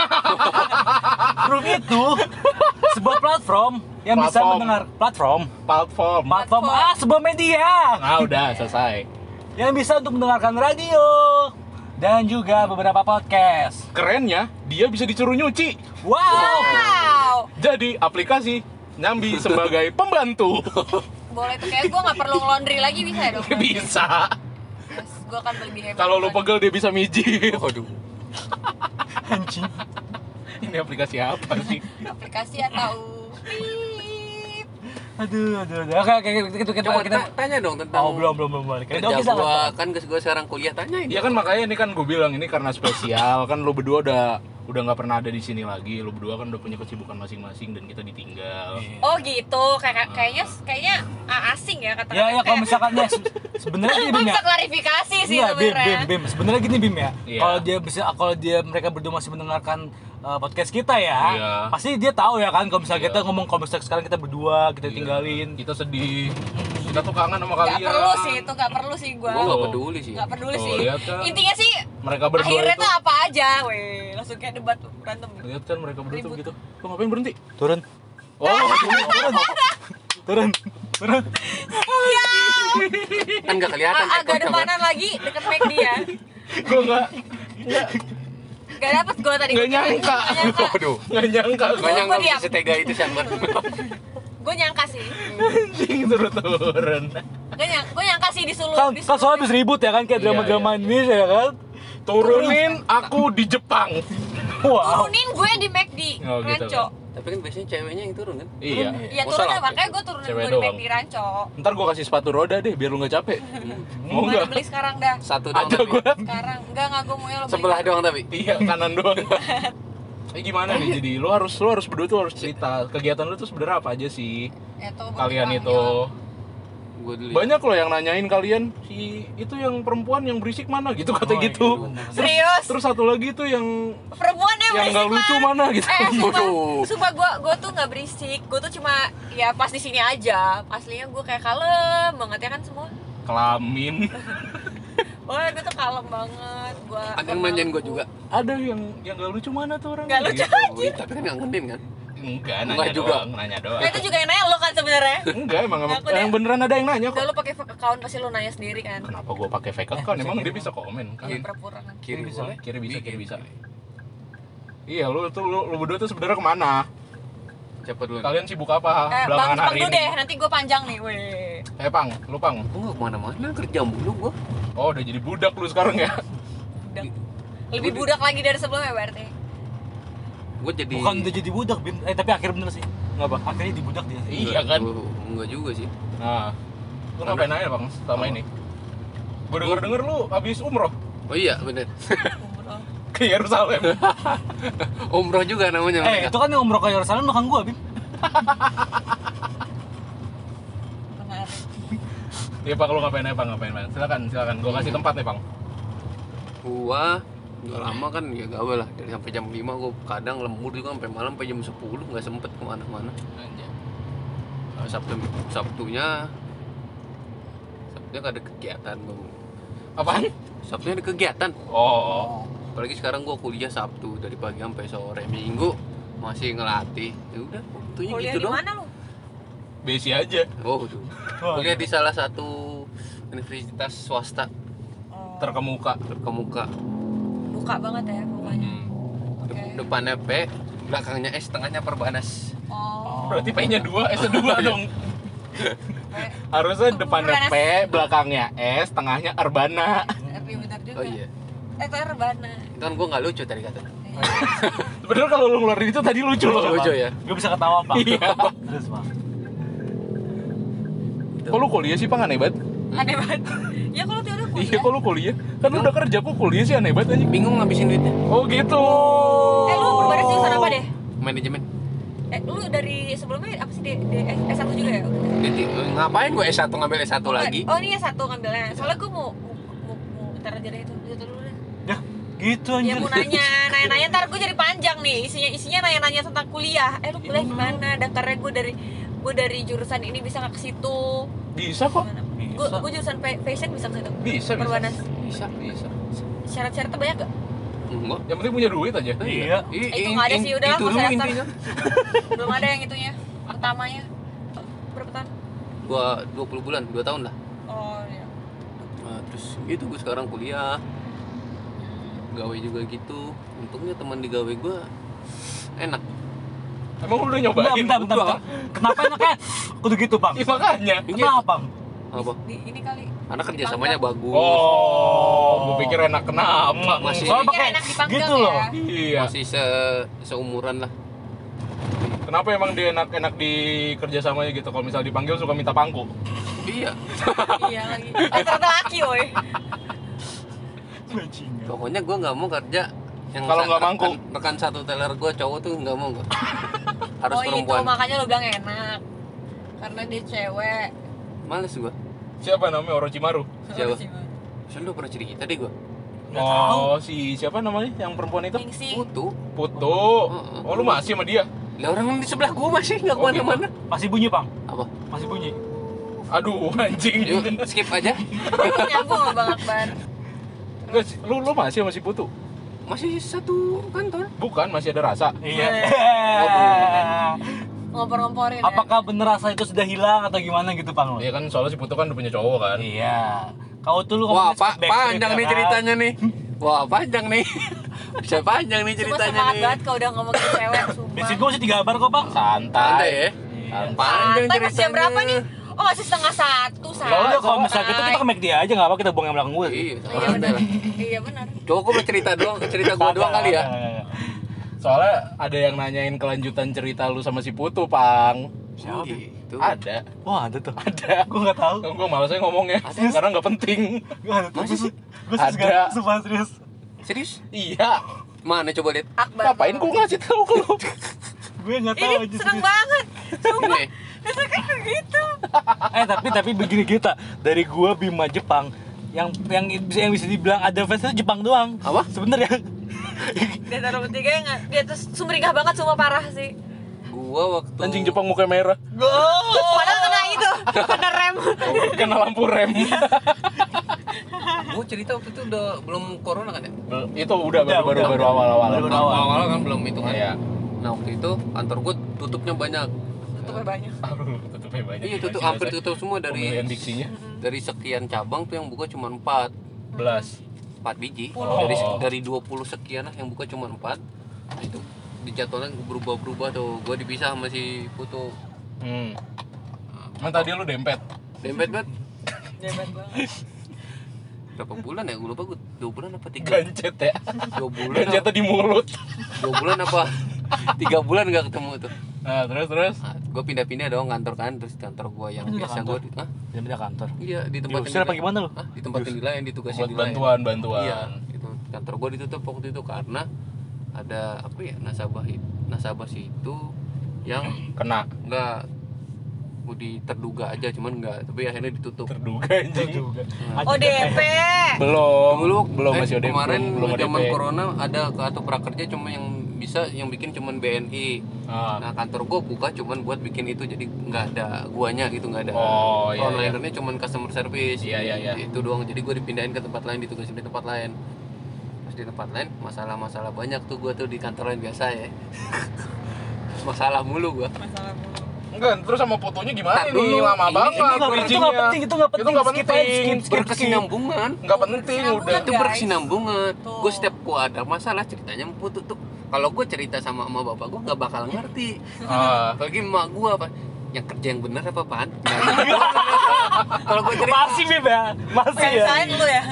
Roof itu sebuah platform yang bisa Platform. mendengar platform. Platform. Platform Platform. ah sebuah media Ah udah selesai. yang bisa untuk mendengarkan radio dan juga beberapa podcast. Kerennya dia bisa disuruh nyuci. Wow. Wow. Jadi aplikasi Nyambi sebagai pembantu. bola itu kayak gue nggak perlu laundry lagi bisa ya dong? Bisa. Yes, gue akan lebih hebat. Kalau lu pegel dia bisa mijit. Waduh. Anjing. Ini aplikasi apa sih? Aplikasi atau Pip. Aduh, aduh, aduh. Oke, oke, kita kita kita, Coba kita ta- tanya dong tentang Oh, belum, belum, belum balik. kerja Oke, gua, salah. kan gue sekarang kuliah, tanyain. Iya kan makanya ini kan gue bilang ini karena spesial kan lu berdua udah udah nggak pernah ada di sini lagi. Lu berdua kan udah punya kesibukan masing-masing dan kita ditinggal. Oh gitu, kayak kayaknya kayaknya ah, asing ya kata-kata. Ya, ya kalau misalkan ya se- sebenarnya gini Gue Bim ya. bisa klarifikasi sih Iya, Bim, sebenarnya. Bim, Bim. Sebenarnya gini Bim ya. Iya. Kalau dia bisa kalau dia mereka berdua masih mendengarkan uh, podcast kita ya, Iya. pasti dia tahu ya kan kalau misalnya Iya. kita ngomong kalau misalnya sekarang kita berdua, kita Iya. tinggalin. Kita sedih. Kita tuh kangen sama Gak kalian. perlu sih itu, gak perlu sih gue. Gue nggak peduli sih. Gak peduli Tuh, sih. lihat kan. Intinya sih Mereka berdua akhirnya itu. tuh apa aja, weh. Langsung kayak debat berantem. Lihat kan mereka berdua tuh Ribut. gitu. Lu ngapain berhenti? Turun. Oh, Turun. Turun. Turun. Kan nggak kelihatan. Ah, agak ekornya, depanan lagi deket McD ya. gue nggak Gak dapet gue tadi. nggak nyangka. Gak nyangka. Waduh. Nggak nyangka. Gue nyangka Gua diam. bisa setega itu sih Akbar. Gue nyangka sih. Anjing turun turun. Gue nyangka, gue nyangka sih disuruh. Kan, kan disuruh soalnya habis ribut ya kan kayak Iya, drama-drama Indonesia ya kan. Turunin aku di Jepang. Wow. turunin gue di McD. Oh, gitu Ranco. Tapi kan biasanya ceweknya yang turun kan? Iya. Iya Oh, turun salah. ya, makanya gue turunin Cewek gue di doang. McD Ranco. Ntar gue kasih sepatu roda deh biar lu nggak capek. Mau Mana nggak? beli sekarang dah. Satu doang Ada tapi. gue. Sekarang enggak enggak gue mau ya lo beli. Sebelah doang tapi. Iya kanan doang. Eh gimana nih jadi lu harus lu harus berdua tuh harus cerita kegiatan lu tuh sebenarnya apa aja sih Itu, kalian gua itu bilang, Gue dulu. ya. banyak loh yang nanyain kalian si itu yang perempuan yang berisik mana gitu kata Oh, iya, gitu benar. Serius? terus satu lagi tuh yang Perempuan yang yang nggak berisik lucu mah. mana gitu Eh, sumpah, Waduh. sumpah gue gue tuh nggak berisik, gue tuh cuma ya pas di sini aja. Aslinya gue kayak kalem banget ya kan semua. kelamin Oh, gue tuh kalem banget. Gue Ada yang manjain gue juga. ada yang yang nggak lucu mana tuh orang Nggak lucu. Gitu. Oh, iya, tapi kan ngangenin kan? enggak Enggak nanya juga. doang nanya doang Nah, itu juga yang nanya lo kan sebenarnya. enggak emang emang Aku deh. yang beneran ada yang nanya Udah kok lo pakai fake account pasti lo nanya sendiri kan. kenapa gua pakai fake account emang dia bisa komen kan Iya, pura-pura kan. Kiri bisa, boleh. kiri bisa kiri Kiri bisa iya lu tuh lu, lu berdua tuh sebenarnya kemana Cepet dulu. kalian sibuk apa Eh, bang, belakangan bang hari dulu ini deh, nanti gue panjang nih, weh. eh pang lu pang Gue nggak kemana-mana, kerja mulu gue. oh udah jadi budak lu sekarang ya Budak. Lebih budak lagi dari sebelumnya berarti. Gue jadi. Bukan udah jadi budak Bim. Eh tapi akhirnya bener sih. ngapa Akhirnya dibudak dia. iya kan Gua- Enggak juga sih. nah lu ngapain aja bang selama ini gua denger denger lu habis umroh Oh iya bener. Umroh. ke Yerusalem Umroh juga namanya Eh mereka. itu kan yang umroh ke Yerusalem bukan gua Bim. Benar. iya pak lu ngapain aja pak ngapain bang silakan silakan gua kasih tempat nih bang Gua udah lama kan ya gawe lah dari sampai jam lima gua kadang lembur juga sampai malam sampai jam sepuluh nggak sempet kemana-mana. Anjay. Nah, Sabtu Sabtunya Sabtunya gak ada kegiatan gua. apaan Sabtunya ada kegiatan. oh Apalagi sekarang gua kuliah Sabtu dari pagi sampai sore. Minggu masih ngelatih. Ya udah, waktunya Kuliah gitu di doang. mana lu? besi aja Oh, tuh. Kuliah di salah satu universitas swasta Oh, terkemuka terkemuka. buka banget ya mukanya. Hmm. Oke. Depannya P, belakangnya S, tengahnya Perbanas. Oh. berarti P nya dua S nya dua dong Eh, harusnya depannya P belakangnya S tengahnya Arbana tapi benar juga. Oh iya. Eh, itu Rebana. Itu kan gua nggak lucu tadi katanya. sebenarnya kalau lu ngeluarin itu tadi lucu loh Lucu ya. Gua bisa ketawa Pak. Iya. Terus Pak. kok lu kuliah sih pang aneh banget Aneh banget. Ya kalau tiada kuliah. iya kok lu kuliah kan lu udah kerja kok kuliah sih aneh banget anjing Bingung ngabisin duitnya. oh gitu Eh, lu berbaris jurusan apa deh? Manajemen. Eh, lu dari sebelumnya apa sih di, di S satu juga ya? Jadi ngapain gua S satu ngambil S satu lagi? Oh, ini S satu ngambilnya. Soalnya gue mau mau mau ntar aja deh itu. Itu dulu deh. Ya gitu Ya anjir. mau nanya, nanya-nanya ntar gue jadi panjang nih. Isinya isinya nanya-nanya tentang kuliah. Eh, lu kuliah gimana? Daftarnya gue dari gue dari jurusan ini bisa nggak ke situ? bisa kok Gimana? Bisa. Gue gue jurusan fa- fashion bisa ke situ. bisa bisa Perbanas. Bisa, bisa. Syarat-syaratnya banyak gak? Enggak. yang penting punya duit aja Iya. I- Eh, itu in- nggak ada in- sih, udah itu nggak usah dulu daftar. intinya. Belum ada yang itunya. Utamanya. Berapa tahun? Gua dua puluh bulan, dua tahun lah. Oh, iya. Nah, terus gitu gua sekarang kuliah. Gawe juga gitu. Untungnya teman di gawe gua enak. Emang lu udah nyobain? Bentar, bentar, bentar, bentar. Kenapa enaknya kudu gitu, Bang? Iya makanya. Kenapa, Bang? Apa? Di, ini kali. Karena kerjasamanya bagus. Oh, gua pikir enak kenapa? Masih- Soalnya pakai Enak dipanggang gitu ya. loh. Iya. Masih se seumuran lah. Kenapa emang dia enak-enak di kerjasamanya gitu? Kalau misal dipanggil suka minta pangku. Iya. Iya lagi. Oh, ternyata laki, woy. Bajingan. Pokoknya gue nggak mau kerja yang Kalau sa- nggak mangkuk. rekan, rekan satu teller gue cowok tuh nggak mau gue. Harus Oh itu perempuan. makanya lo bilang enak. Karena dia cewek. Males gue. Siapa namanya Orochimaru? Siapa? Soalnya udah pernah cerita deh gue. Nggak tahu. Oh, si siapa namanya yang perempuan itu? Ningsih. Putu. Putu. Heeh. Oh, lu masih sama dia? Lah orang di sebelah gue masih nggak Oh, gitu. kemana-mana. Masih bunyi, Bang? Apa? Masih bunyi. Aduh, anjing. Yuk skip aja. Nyambung loh Bang Akbar. Nggak, lu lu masih sama si Putu? Masih satu kantor. Bukan, masih ada rasa. Iya. Ngompor-ngomporin ya. Apakah bener rasa itu sudah hilang atau gimana gitu, Bang? Iya kan, soalnya si Putu kan udah punya cowok kan. Iya. Kau tuh lu Wah ngomongnya pak skip panjang backstreet, nih ya kan? ceritanya nih. Wah panjang nih. Bisa panjang nih Cuma ceritanya semangat nih. banget kalau udah ngomongin cewek, sumpah. Bensin gua masih tiga bar kok, Bang. Santai. Santai ya. Iya. Panjang Santai, masih jam ceritanya. berapa nih? Oh masih setengah satu, Lah santai. udah kalau misalnya gitu kita ke McD aja enggak apa kita buang yang belakang gue. Iya, Iya santai benar. lah. Iya benar. Cowok kok boleh cerita doang, cerita gua doang kali ya. Soalnya ada yang nanyain kelanjutan cerita lu sama si Putu, Pang. Siapa? Gitu. Ada. Wah, ada tuh. Ada. Gua enggak tahu. Gue malasnya ngomongnya karena nggak penting. Gua ada tuh. Masa sih? Gua Ada. Sumpah serius. Serius? Iya. Mana coba lihat. Akbar. Ngapain gue ngasih tahu ke lu? Gue enggak tahu Ini aja. seneng serius. banget. Sumpah. Ini. Itu kan gitu. Eh tapi tapi begini kita dari gua Bima Jepang yang yang yang bisa dibilang ada fans itu Jepang doang. Apa? Sebenarnya. Di antara bertiga yang nggak- dia tuh sumringah banget, sumpah parah sih. Gua waktu Anjing Jepang muka merah. Padahal kena itu, kena rem. Kena lampu rem. gua cerita waktu itu udah belum corona kan ya? Itu udah Udah, baru baru udah. baru awal-awal. Baru baru awal. Awal-awal kan belum itu kan. Iya. Nah waktu itu kantor gua tutupnya banyak. Tutupnya banyak. Aduh, tutupnya banyak. Iya tutup Masih hampir ada tutup semua pemilihan dari diksinya. dari sekian cabang tuh yang buka cuma empat Belas. empat biji. Oh. Dari dari dua puluh sekian lah yang buka cuma empat. Nah, itu di jadwalnya berubah-berubah tuh. Gua dipisah sama si Putu. Hmm. Emang tadi lu dempet. Dempet banget. Hebat banget. Berapa bulan ya? Gue lupa gue dua bulan apa tiga? Gancet ya. Dua bulan. Gancetnya di mulut. Dua bulan apa? Tiga bulan nggak ketemu tuh. Nah, terus terus. Nah, gue pindah-pindah dong kantor kan, terus kantor gue yang Pindah biasa kantor? gue, ah Pindah kantor. iya di tempat Diusir apa gimana lu? Ah, di tempat yang di lain, ditugasin Buat di lain. bantuan bantuan. Iya, itu kantor gue ditutup waktu itu karena ada apa ya nasabah it- nasabah situ yang Kena. nggak mau terduga aja, cuman nggak, tapi akhirnya ditutup. Terduga anjing. juga. O D P. Belum. Dulu belum eh, masih O D P. kemarin belum, belum zaman O D P. corona ada kartu prakerja cuma yang bisa yang bikin cuman B N I. Ah. Nah kantor gue buka cuman buat bikin itu, jadi nggak ada guanya gitu, nggak ada. Oh, iya, Frontlinernya cuman customer service. Iya, iya, iya. Itu doang. Jadi gue dipindahin ke tempat lain, ditugasin di tempat lain. Terus di tempat lain masalah-masalah banyak tuh gue tuh di kantor lain biasa ya. Masalah mulu gue. Masalah mulu. Enggak, terus sama fotonya gimana Ntar nih? dulu. Lama Ini- banget Itu nggak itu bridging-nya. nggak penting, itu nggak penting. Itu nggak Skip aja, penting. skip, skip, skip. Berkesinambungan. Nggak penting Berkesinambungan. udah. Itu Guys. berkesinambungan. Tuh. Gue setiap gue ada masalah ceritanya mau putus tuh. Kalau gue cerita sama emak bapak gue nggak bakal ngerti. Ah. Apalagi emak gue apa? Yang kerja yang benar apa apaan? Kalau gue cerita Masih Bib ya. Masih ya. Rasain lu ya.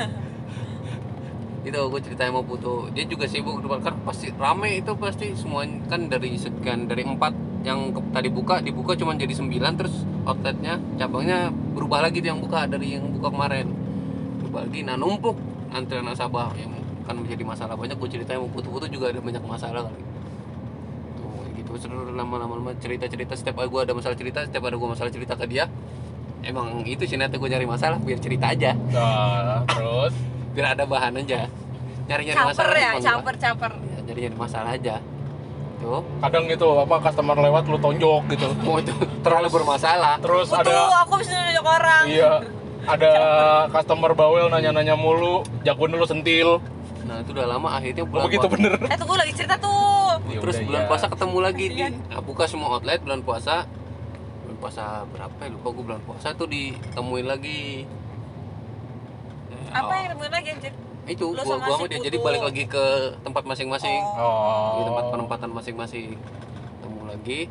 itu gue ceritain mau putu, dia juga sibuk depan kan pasti rame itu pasti semua kan dari sekian dari empat yang ke, tadi buka dibuka cuma jadi sembilan, terus outletnya cabangnya berubah lagi tuh yang buka dari yang buka kemarin berubah lagi, nah numpuk antrian nasabah yang kan menjadi masalah banyak. Gue ceritain mau putu-putu juga ada banyak masalah kali tuh kayak gitu. Seru lama-lama cerita-cerita, setiap gue ada masalah cerita, setiap ada gue masalah cerita ke dia, emang itu sih nanti gue nyari masalah biar cerita aja, Nah, terus biar ada bahan aja, nyari-nyari Caper masalah ya, emang gua. caper caper. Ya, nyari-nyari masalah aja tuh. kadang gitu apa customer lewat lu tonjok gitu. Oh itu terlalu bermasalah. Terus Betul, ada aku bisa nunjuk orang. iya, ada customer bawel nanya-nanya mulu, jagoan lu sentil. Nah itu udah lama, akhirnya Oh, bulan begitu puasa. bener. Eh tunggu lagi cerita tuh. Ya Terus udah, bulan ya. puasa ketemu lagi di Kasian. nah, buka semua outlet bulan puasa. Bulan puasa berapa ya? Lupa gue bulan puasa tuh ditemuin lagi. Ya, Apa oh, yang temuin lagi anjir? itu Lu gua sama gua si sama dia Putu. jadi balik lagi ke tempat masing-masing. Oh. Di tempat Oh. penempatan masing-masing. Ketemu lagi lagi.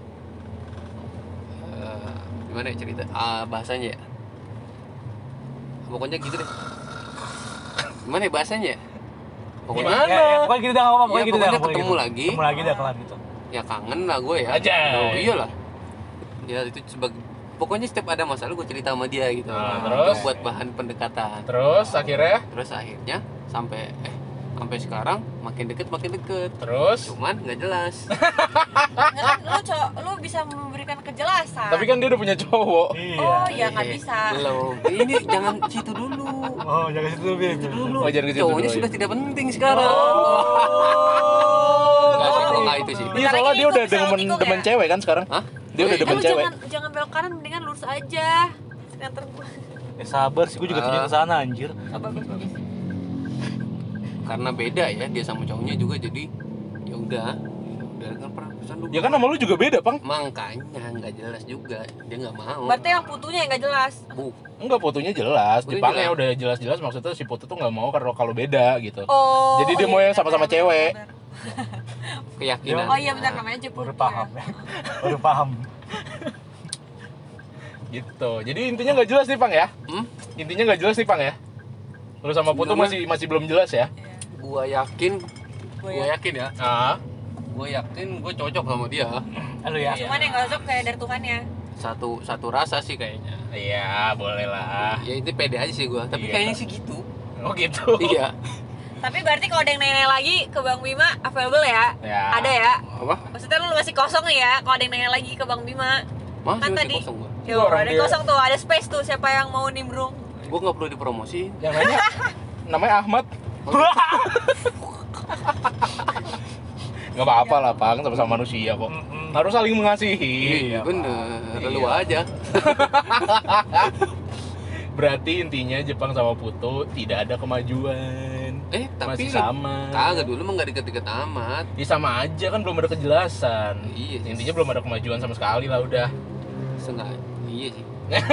Eh, gimana ya cerita? Ah, bahasanya ya? Pokoknya gitu deh. Gimana ya bahasanya ya? Pokoknya Ya, ya, pokoknya gitu dah nggak apa-apa. Iya, Pokoknya gitu dah. pokoknya pokoknya ketemu gitu. lagi. Ketemu lagi dah kelar gitu. ya kangen lah gue ya. Aja. Oh, iyalah. Ya itu sebagai pokoknya setiap ada masalah gue cerita sama dia gitu. Nah, Itu terus? buat bahan pendekatan. Terus akhirnya Terus akhirnya sampai eh sampai sekarang makin deket makin deket. terus Cuman nggak jelas. Nggak kan lu co lu bisa memberikan kejelasan. tapi kan dia udah punya cowok. Iya. Oh ya nggak Eh, bisa. Belum. Ini jangan situ dulu. Oh, jangan situ dulu, Bin. Itu dulu. Oh, jangan ke situ Cowoknya dulu, sudah ya. tidak penting sekarang. Oh. Enggak sih, kalau nggak itu sih. Iya, Bentar soalnya lagi dia Niko udah bisa demen lo tikung demen ya? cewek kan sekarang. Hah? Dia udah Eh, demen Eh, lu cewek. jangan jangan belok kanan, mendingan lurus aja. Nganter gua. Ya sabar sih, gue juga Ah. tujuan ke sana anjir. Oh, bagus bagus. Karena beda ya dia sama cowoknya juga jadi ya udah. Udah kan pernah pesan dulu. Ya kan nama lu juga beda, Pang. Makanya nggak jelas juga. Dia nggak mau. Berarti yang putunya yang nggak jelas. Bu, Enggak, fotonya jelas. Udah Jepangnya jelas. udah jelas-jelas maksudnya si Putu tuh nggak mau kalau kalau beda gitu. Oh. Jadi dia oh mau iya, yang sama-sama benar, cewek. benar, benar. keyakinan. Oh iya benar namanya aja putu. Baru paham ya. Baru paham. Gitu. Jadi intinya nggak jelas nih, Pang ya. Hmm? Intinya nggak jelas nih, Pang ya. Lu sama Putu Sebenarnya- masih masih belum jelas ya. Gua yakin, Gua gua yakin ya. Ah, Gua yakin gua cocok sama dia. Halo ya. Cuman yang nggak cocok kayak dari Tuhannya. Satu satu rasa sih kayaknya. iya, boleh lah. Ya itu pede aja sih gua. Tapi Iya. kayaknya sih gitu. Oh gitu. Iya. Tapi berarti kalau ada yang nanya lagi ke Bang Bima available ya? Ya. Ada ya? Apa? Maksudnya lu masih kosong nih ya? Kalau ada yang nanya lagi ke Bang Bima, Masih kan masih tadi kosong gua. yo Orang ada dia- kosong tuh, ada space tuh. Siapa yang mau nimbrung? Gua nggak perlu dipromosi. Yang nanya namanya Ahmad. Nggak apa-apa lah, Pang, sama-sama manusia kok. Mm-mm. Harus saling mengasihi. Iya bener. Iya. Lu aja. Berarti intinya Jepang sama Putu tidak ada kemajuan. Eh tapi Masih sama. kagak dulu mah nggak deket-deket amat. Ya sama aja kan, belum ada kejelasan. Iya sih. Intinya belum ada kemajuan sama sekali lah udah. Sengaja. Iya sih.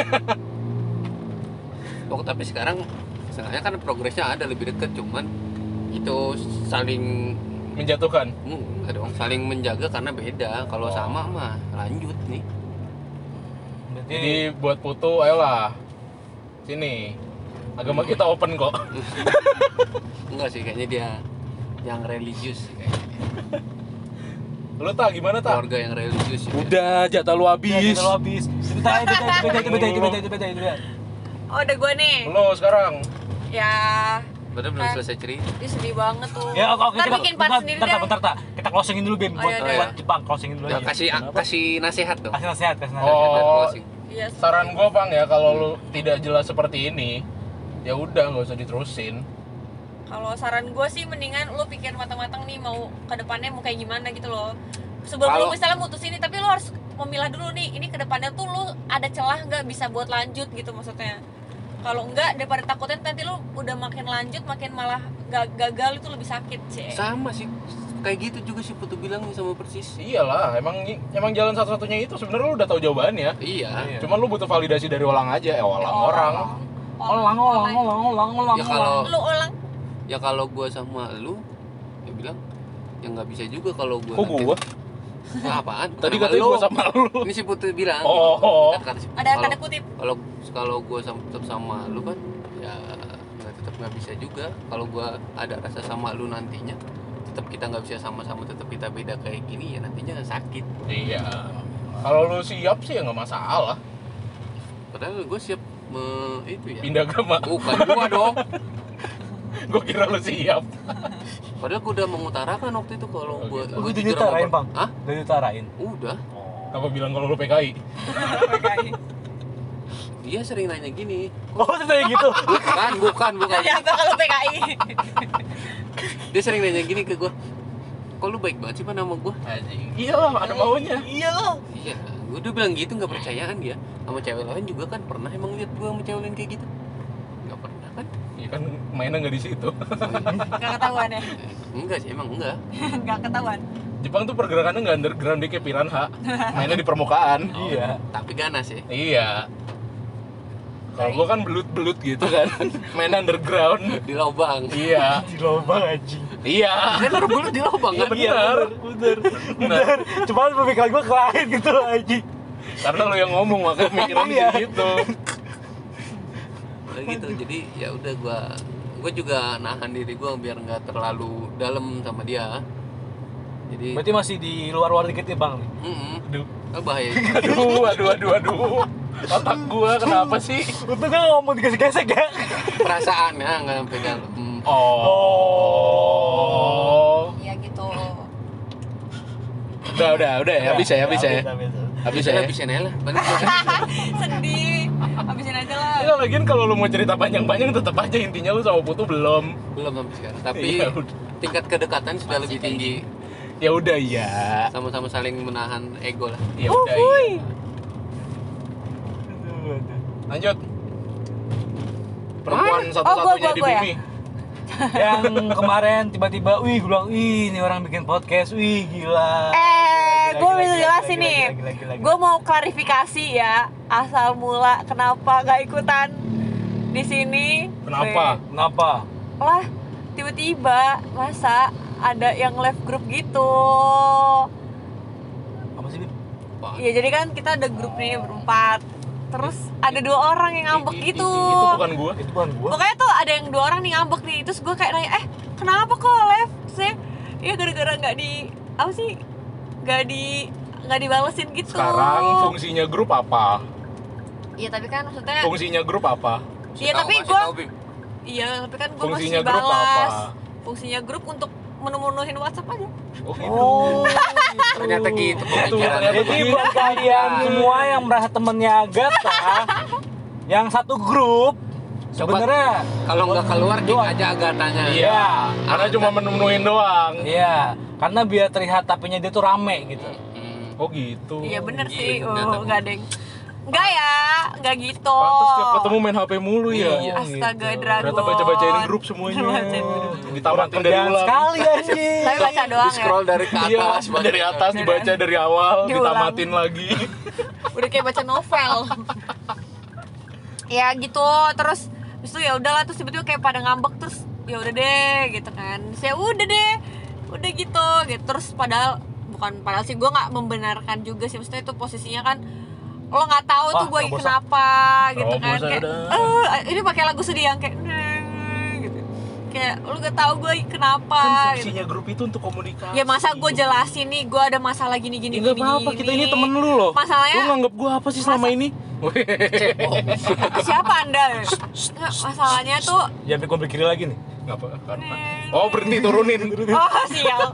Oh tapi sekarang sebenarnya kan progresnya ada lebih deket, cuman itu saling Menjatuhkan. enggak dong, saling menjaga karena beda. Kalau Oh. sama mah lanjut nih. Berarti Jadi buat Putu, ayolah. Sini. Agama kita open kok. Enggak sih, kayaknya dia yang religius sih kayaknya. Lu tak gimana tak? Keluarga yang religius sih. Udah, jatah lu ya, habis. kita lo habis. Itu beda, itu beda, itu beda, itu beda, itu beda, itu beda, itu beda. Oh udah gue nih. Lu sekarang. Ya, Padahal belum selesai cerita. dia sedih banget tuh. Ya, oke, oke, Ntar kita bikin part bentar, sendiri bentar, deh. bentar, bentar, kita closingin dulu, Bim, Oh, buat, iya, iya. buat Jepang, closingin dulu Ya, aja. kasih kasih nasihat dong. Kasih nasihat, kasih nasihat. Oh. Dan closing. Iya. Saran gua, Bang, ya, kalau lu tidak jelas seperti ini, ya udah nggak usah diterusin. Kalau saran gue sih mendingan lu pikir matang-matang nih mau ke depannya mau kayak gimana gitu loh. Sebelum Kalau- lu misalnya mutus ini, tapi lu harus memilah dulu nih, ini ke depannya tuh lu ada celah nggak bisa buat lanjut gitu maksudnya. Kalau enggak daripada takutin nanti lu udah makin lanjut makin malah ga- gagal itu lebih sakit sih. Sama sih. Kayak gitu juga sih Putu bilang sama persis. Iyalah, emang emang jalan satu-satunya itu sebenarnya lu udah tahu jawabannya. Iya. Iya. Cuman lu butuh validasi dari orang aja, eh orang Oh. orang. Olang, olang, olang, olang, olang, Ya olang. kalau Lu ulang. ya kalau gua sama lu ya bilang ya nggak bisa juga kalau gua Kok nanti- gua? Ya, apaan? Tadi Sama katanya lu. gua sama lu. Ini si Putu bilang. Oh. Kan kata si- Ada kalau- tanda kutip. Kalau kalau gua sama, tetap sama lu kan ya nggak tetap nggak bisa juga. Kalau gua ada rasa sama lu nantinya tetap kita nggak bisa sama-sama, tetap kita beda kayak gini ya nantinya sakit. Iya. Kalau lu siap sih ya nggak masalah. Padahal gua siap me, itu ya. Pindah agama. Bukan gua dong. Gua kira lu siap. Padahal gua udah mengutarakan waktu itu kalau Oh, gua gitu. Lu gua udah jujur sama diutarain, Bang. Bang? Hah? Udah diutarain? Udah. Apa bilang kalau lu P K I? Dia sering nanya gini. Oh, ternyata gitu. Bukan, bukan, bukan. Siapa kalau P K I? Dia sering nanya gini ke gua. Kok lu baik banget sih Pak nama gua? Anjing. Iyalah, ada maunya. Iya loh. Iya, gua udah bilang gitu nggak percayaan dia. Sama cewek lain juga kan pernah emang lihat gua sama cewek lain kayak gitu. Nggak pernah kan? Iya kan mainnya nggak di situ. Gak ketahuan ya? Eh, enggak sih, emang enggak. Gak ketahuan. Jepang tuh pergerakannya nggak underground, dia kayak piranha. Mainnya di permukaan. Iya. Tapi ganas ya. Iya. Kalau gua kan belut-belut gitu kan. Main underground. Di lubang. Iya. Di lubang anjing. Iya. Kan berbelut di lubang kan? Iya, benar. bener bener cuman pemikiran gue ke lain gitu anjing. Karena lo yang ngomong makanya pikiran Iya. gitu. Udah gitu. Jadi ya udah gua gua juga nahan diri gua biar nggak terlalu dalam sama dia. Jadi Berarti masih di luar-luar dikit ya bang. mm Aduh. ah, bahaya. Aduh, aduh, aduh, aduh. Otak gua kenapa sih? Untung gue ngomong digesek-gesek ya. Perasaannya nggak sampai dalam. Oh. Iya gitu. Udah, udah, udah ya, habis ya, habis ya. Habis Bisa ya. habisin aja lah. Paling gua- Sedih. Habisin aja lah. Ya lagian kalau lu mau cerita panjang-panjang tetap aja intinya lu sama Putu belum. belum sampai sekarang. Tapi Ya udah. tingkat kedekatan sudah lebih tinggi. Ya udah ya. Sama-sama saling menahan ego lah. Ya udah ya. Lanjut. Perempuan Oh, satu-satunya gua, di gua, gua bumi. Yang kemarin tiba-tiba, wih gue bilang, ih ini orang bikin podcast, wih gila. Eh, Gila, gue gila, bisa gila, jelasin gila, nih. gila, gila, gila, gila. Gue mau klarifikasi ya, asal mula kenapa gak ikutan di sini. Kenapa? Kenapa? Lah, tiba-tiba masa ada yang live group gitu. Apa sih, Bim? Wah, Ya jadi kan kita ada grup nih berempat. Terus ada dua orang yang ngambek I- i- gitu. Itu bukan gua. Itu bukan gue. Pokoknya tuh ada yang dua orang nih ngambek nih. Terus gue kayak nanya, eh kenapa kok live? Saya, ya gara-gara nggak di apa sih? Nggak di nggak dibalesin gitu. Sekarang fungsinya grup apa? Iya tapi kan maksudnya. Fungsinya grup apa? Iya tahu, tapi masih gue. tahu, Bim. Iya tapi kan gue Fungsinya masih grup balas. apa? Fungsinya grup untuk memenuhin WhatsApp aja. Oh, gitu. Oh, Ternyata gitu Itu pemikiran. ternyata Jadi gitu. buat kalian semua yang merasa temennya Agatha, yang satu grup, sebenarnya Kalau nggak keluar kick doang. aja agatanya. Iya, karena cuma menemuin doang. Iya, karena biar terlihat tapinya dia tuh rame gitu. Hmm. Oh gitu. Iya bener Iya, sih. ternyata. Oh nggak deng. Nggak ya, nggak gitu. Pantes tiap ketemu main H P mulu ya. Iya. Astaga gitu. dragon. Ternyata baca-bacain grup semuanya. Bacain grup. Ditamatin dari Kerjaan ulang. sekali anjing. Tapi baca doang Di ya. scroll dari ke Iya, atas. baca. dari atas dibaca dari awal, Diulang. ditamatin lagi. Udah kayak baca novel. Ya gitu, terus habis itu ya udahlah, terus tiba-tiba kayak pada ngambek, terus ya udah deh gitu kan. Saya udah deh. Udah gitu, gitu. Terus padahal bukan padahal sih gue nggak membenarkan juga sih, maksudnya itu posisinya kan lo nggak tahu Wah, tuh gue terobos, kenapa gitu kan, Terobos kayak ada. eh ini pakai lagu sedih yang kayak "Neng," gitu, kayak lo nggak tahu gue kenapa Kan gitu. fungsinya grup itu untuk komunikasi. Ya masa gue jelasin nih gue ada masalah gini gini Ya, nggak gini apa-apa, gini. kita ini temen lu loh. Masalahnya- Lu nganggap gua apa sih selama ini? Siapa anda? Nggak, masalahnya tuh Jangan pikir pikir lagi nih. Nggak apa karena. Oh, berhenti turunin. oh sial.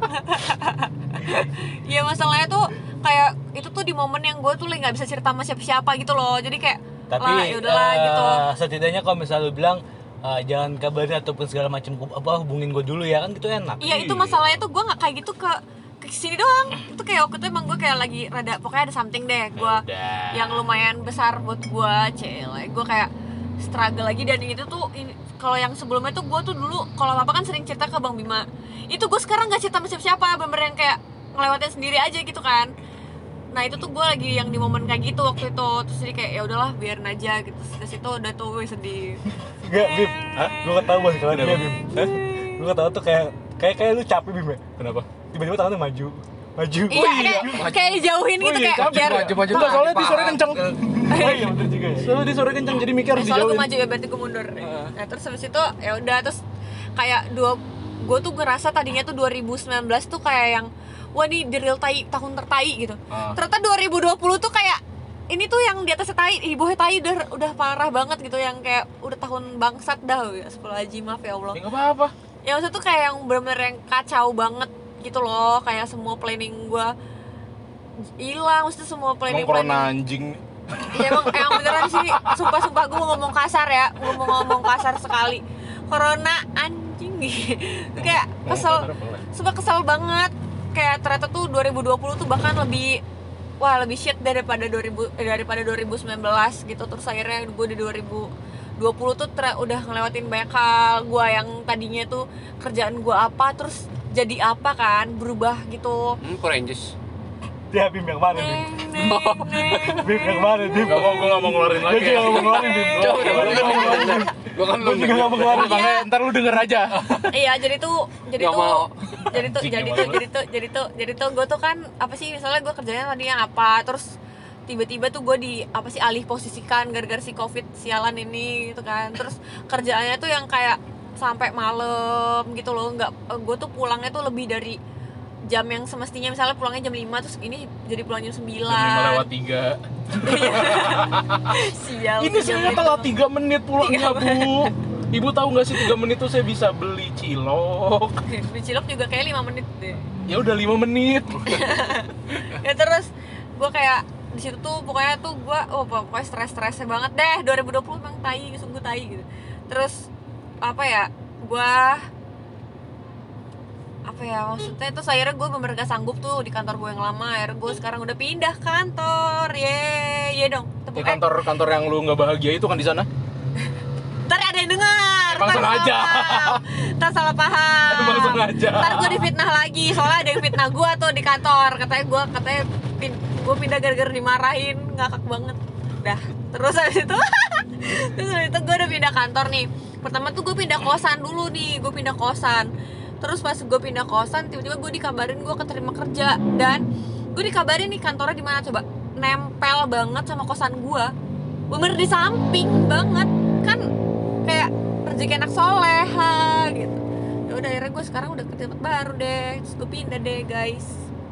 Ya masalahnya tuh kayak itu tuh di momen yang gue tuh lagi nggak bisa cerita sama siapa-siapa gitu loh, jadi kayak Tapi lah ya udahlah eh, gitu. setidaknya kalau misalnya lu bilang eh, jangan kabarin ataupun segala macam apa hubungin gue dulu ya kan gitu enak. Iya itu masalahnya tuh gue nggak kayak gitu ke ke sini doang. Itu kayak waktu itu emang gue kayak lagi rada pokoknya ada something deh gue Udah. yang lumayan besar buat gue, cele gue kayak struggle lagi. Dan itu tuh ini, kalau yang sebelumnya tuh gue tuh dulu kalau apa kan sering cerita ke Bang Bima, itu gue sekarang nggak cerita sama siapa-siapa, bener-bener yang kayak ngelewatin sendiri aja gitu kan. Nah itu tuh gue lagi yang di momen kayak gitu waktu itu, terus jadi kayak ya udahlah biarin aja gitu. Terus itu udah tuh wih, sedih. Enggak, Bim. Hah? Gue ketawa banget kalau dia, Kenapa? Bim. Gue ketawa tuh kayak kayak kayak lu capek, Bim ya. Kenapa? Tiba-tiba tangannya maju. Maju. Iya, kayak, kayak dijauhin gitu kayak capek, biar maju-maju. Enggak, soalnya di sore kenceng. Oh iya bener juga ya. Soalnya di sore kenceng jadi mikir Eh, soalnya gue dijauhin. maju ya berarti gue mundur. Nah terus habis itu ya udah, terus kayak dua gue tuh ngerasa tadinya tuh dua ribu sembilan belas tuh kayak yang wah nih the real tai, tahun tertai gitu. Ah. Ternyata dua ribu dua puluh tuh kayak ini tuh yang di atas tai, ih bohe tai udah udah parah banget gitu, yang kayak udah tahun bangsat dah ya. Sepuluh haji maaf ya Allah. Ya enggak apa-apa. Ya maksudnya tuh kayak yang bener-bener yang kacau banget gitu loh, kayak semua planning gue hilang, maksudnya semua planning Emang corona planning anjing. ya emang, emang beneran sih, sumpah-sumpah gue mau ngomong kasar ya, gue mau ngomong kasar sekali. Corona anjing gitu. Kayak kesel, sumpah kesel banget. Kayak ternyata tuh dua ribu dua puluh tuh bahkan lebih wah lebih shit daripada dua ribu eh, daripada dua ribu sembilan belas gitu. Terus akhirnya gue di dua ribu dua puluh tuh ter- udah ngelewatin banyak hal. Gue yang tadinya tuh kerjaan gue apa terus jadi apa kan, berubah gitu. Hmm, Power Rangers. Ya Bim yang mana Bim? Neng, neng, neng. Bim yang mana Bim? Gak mau, gue gak mau ngeluarin Gue lagi. juga gak mau ngeluarin Bim. Coba, Gue coba, juga coba. gak mau ngeluarin. Gua kan Gue juga gak mau ngeluarin. Makanya ntar lu denger aja. Iya, jadi tuh jadi Nggak tuh mau. jadi tuh Anjing, jadi nggak tuh mau. jadi tuh jadi tuh jadi tuh gue tuh kan apa sih misalnya gue kerjanya tadinya apa terus tiba-tiba tuh gue di apa sih alih posisikan gara-gara si covid sialan ini gitu kan terus kerjaannya tuh yang kayak sampai malam gitu loh nggak gue tuh pulangnya tuh lebih dari jam yang semestinya misalnya pulangnya jam lima terus ini jadi pulang jam sembilan Jam lima lewat tiga. sial Ini jam saya lima. telat tiga menit pulangnya Bu. Ibu tahu nggak sih tiga menit tuh saya bisa beli cilok. Di Cilok juga kayak lima menit deh Ya udah lima menit. ya terus gue kayak di situ tuh pokoknya tuh gue oh pokoknya stres-stresnya banget deh dua ribu dua puluh emang tai sungguh tai gitu terus apa ya gue apa ya maksudnya terus akhirnya gue bener gak sanggup tuh di kantor gue yang lama akhirnya gue sekarang udah pindah kantor ye ye dong Di tepuk eh, kantor kantor yang lu nggak bahagia itu kan di sana. ntar ada yang dengar Emang ntar sengaja. salah paham. ntar salah paham Emang sengaja. ntar gue difitnah lagi soalnya ada yang fitnah gue tuh di kantor katanya gue katanya pin, gue pindah gara-gara dimarahin ngakak banget dah terus habis itu terus habis itu gue udah pindah kantor nih pertama tuh gue pindah kosan dulu nih gue pindah kosan terus pas gue pindah kosan tiba-tiba gue dikabarin gue keterima kerja dan gue dikabarin nih kantornya di mana coba nempel banget sama kosan gue bener di samping banget kan kayak rezeki anak soleh ha, gitu ya udah akhirnya gue sekarang udah ke tempat baru deh terus gue pindah deh guys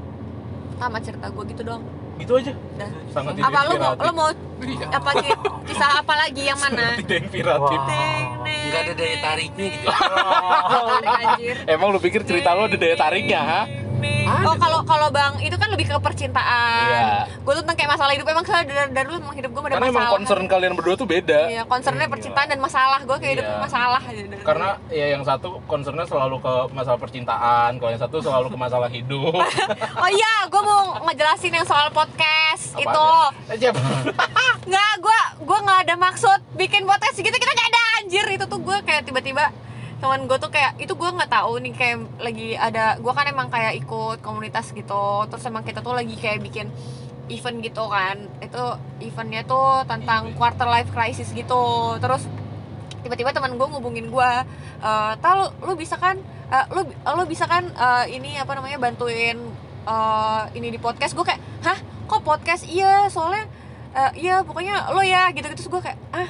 sama cerita gue gitu doang Gitu aja. udah Sangat tidak apa lu mau inspiratif. lu mau Iya. apa ki- kisah apa lagi yang mana Tidak inspiratif. Wah. Neng, neng, Nggak ada daya neng. tariknya gitu. Tarik, anjir. Emang lu pikir cerita lu ada daya tariknya, ha? Neng. Ada Oh kalau kalau bang itu kan lebih ke percintaan. Iya. Gue tuh tentang kayak masalah hidup emang saya dari, dari dulu emang hidup gue ada Karena masalah. emang concern kalian berdua tuh beda. Iya concernnya percintaan dan masalah gue kayak hidup Iya. masalah aja dari Karena ya yang satu concernnya selalu ke masalah percintaan, kalau yang satu selalu ke masalah hidup. dulu. Oh iya gue mau ngejelasin yang soal podcast Apaan itu. ya? Aja. Nggak gue gue nggak ada maksud bikin podcast gitu kita nggak ada anjir itu tuh gue kayak tiba-tiba teman gue tuh kayak itu gue nggak tahu nih kayak lagi ada gue kan emang kayak ikut komunitas gitu terus emang kita tuh lagi kayak bikin event gitu kan itu eventnya tuh tentang quarter life crisis gitu terus tiba-tiba teman gue ngubungin gue eh tal lu, lu bisa kan eh, lu lu bisa kan eh, ini apa namanya bantuin eh, ini di podcast gue kayak hah kok podcast iya soalnya eh, iya pokoknya lo ya gitu gitu terus gue kayak ah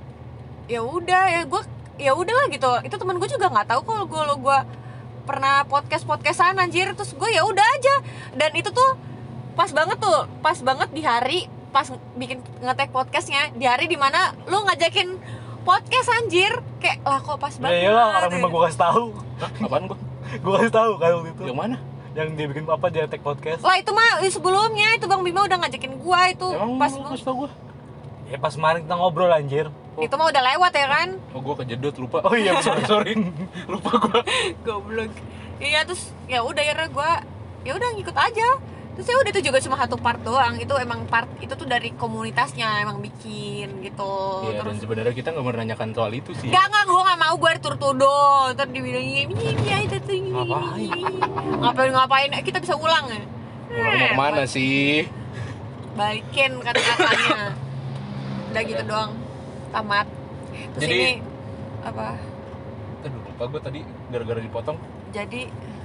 ya udah ya gue ya udahlah gitu itu temen gue juga nggak tahu kalau gue lo gue pernah podcast podcastan anjir terus gue ya udah aja dan itu tuh pas banget tuh pas banget di hari pas bikin ngetek podcastnya di hari dimana lu ngajakin podcast anjir kayak lah kok pas Ya banget iyalah orang memang gue kasih tahu. Hah? Apaan gua? Gue kasih tahu kan waktu itu. Yang mana? Yang dia bikin apa dia tag podcast. lah itu mah sebelumnya itu Bang Bima udah ngajakin gue itu Emang pas lu gua, kasih tau gua? Ya pas kemarin kita ngobrol anjir. itu mah udah lewat ya kan Oh gua kejedot lupa. Oh iya, sorry sorry. Lupa gua. goblok iya terus ya udah ya gue ya udah ngikut aja terus ya udah itu juga cuma satu part doang itu emang part itu tuh dari komunitasnya emang bikin gitu Iya, dan terus sebenarnya kita nggak menanyakan soal itu sih. Gak, gak, gue gak mau gue ditur-tuduh ntar dibilang ini, ini, ini, itu, itu, ini, Ngapain? ngapain, ngapain, Eh, kita bisa ulang ya Mau mau kemana sih? balikin kata-katanya udah gitu doang tamat terus Jadi- ini apa Aduh, lupa gua tadi gara-gara dipotong. jadi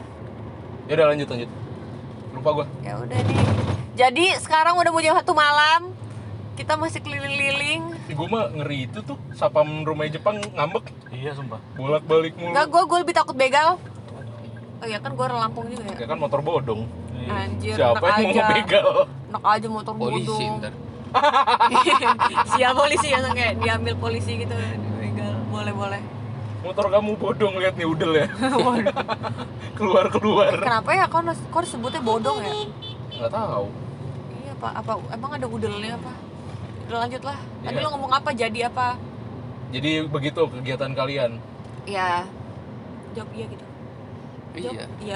Ya udah lanjut lanjut. Lupa gua. ya udah nih jadi sekarang udah mau jam satu malam kita masih keliling-liling Ih, gua mah ngeri itu tuh sapam rumah Jepang ngambek Iya sumpah. bolak-balik mulu. nggak gue gue lebih takut begal oh iya kan gue orang Lampung juga ya Ya kan motor bodong. anjir Siapa enak yang mau aja begal? enak aja motor Polisi bodong ntar. siap polisi ya kayak diambil polisi gitu begal boleh boleh Motor kamu bodong lihat nih udel ya. Keluar-keluar. kenapa ya kok kok disebutnya bodong ya Enggak tahu. iya apa apa emang ada udelnya apa udah lanjut lah tadi Iya. lo ngomong apa jadi apa Jadi begitu kegiatan kalian. ya jawab iya gitu jawab Iya. iya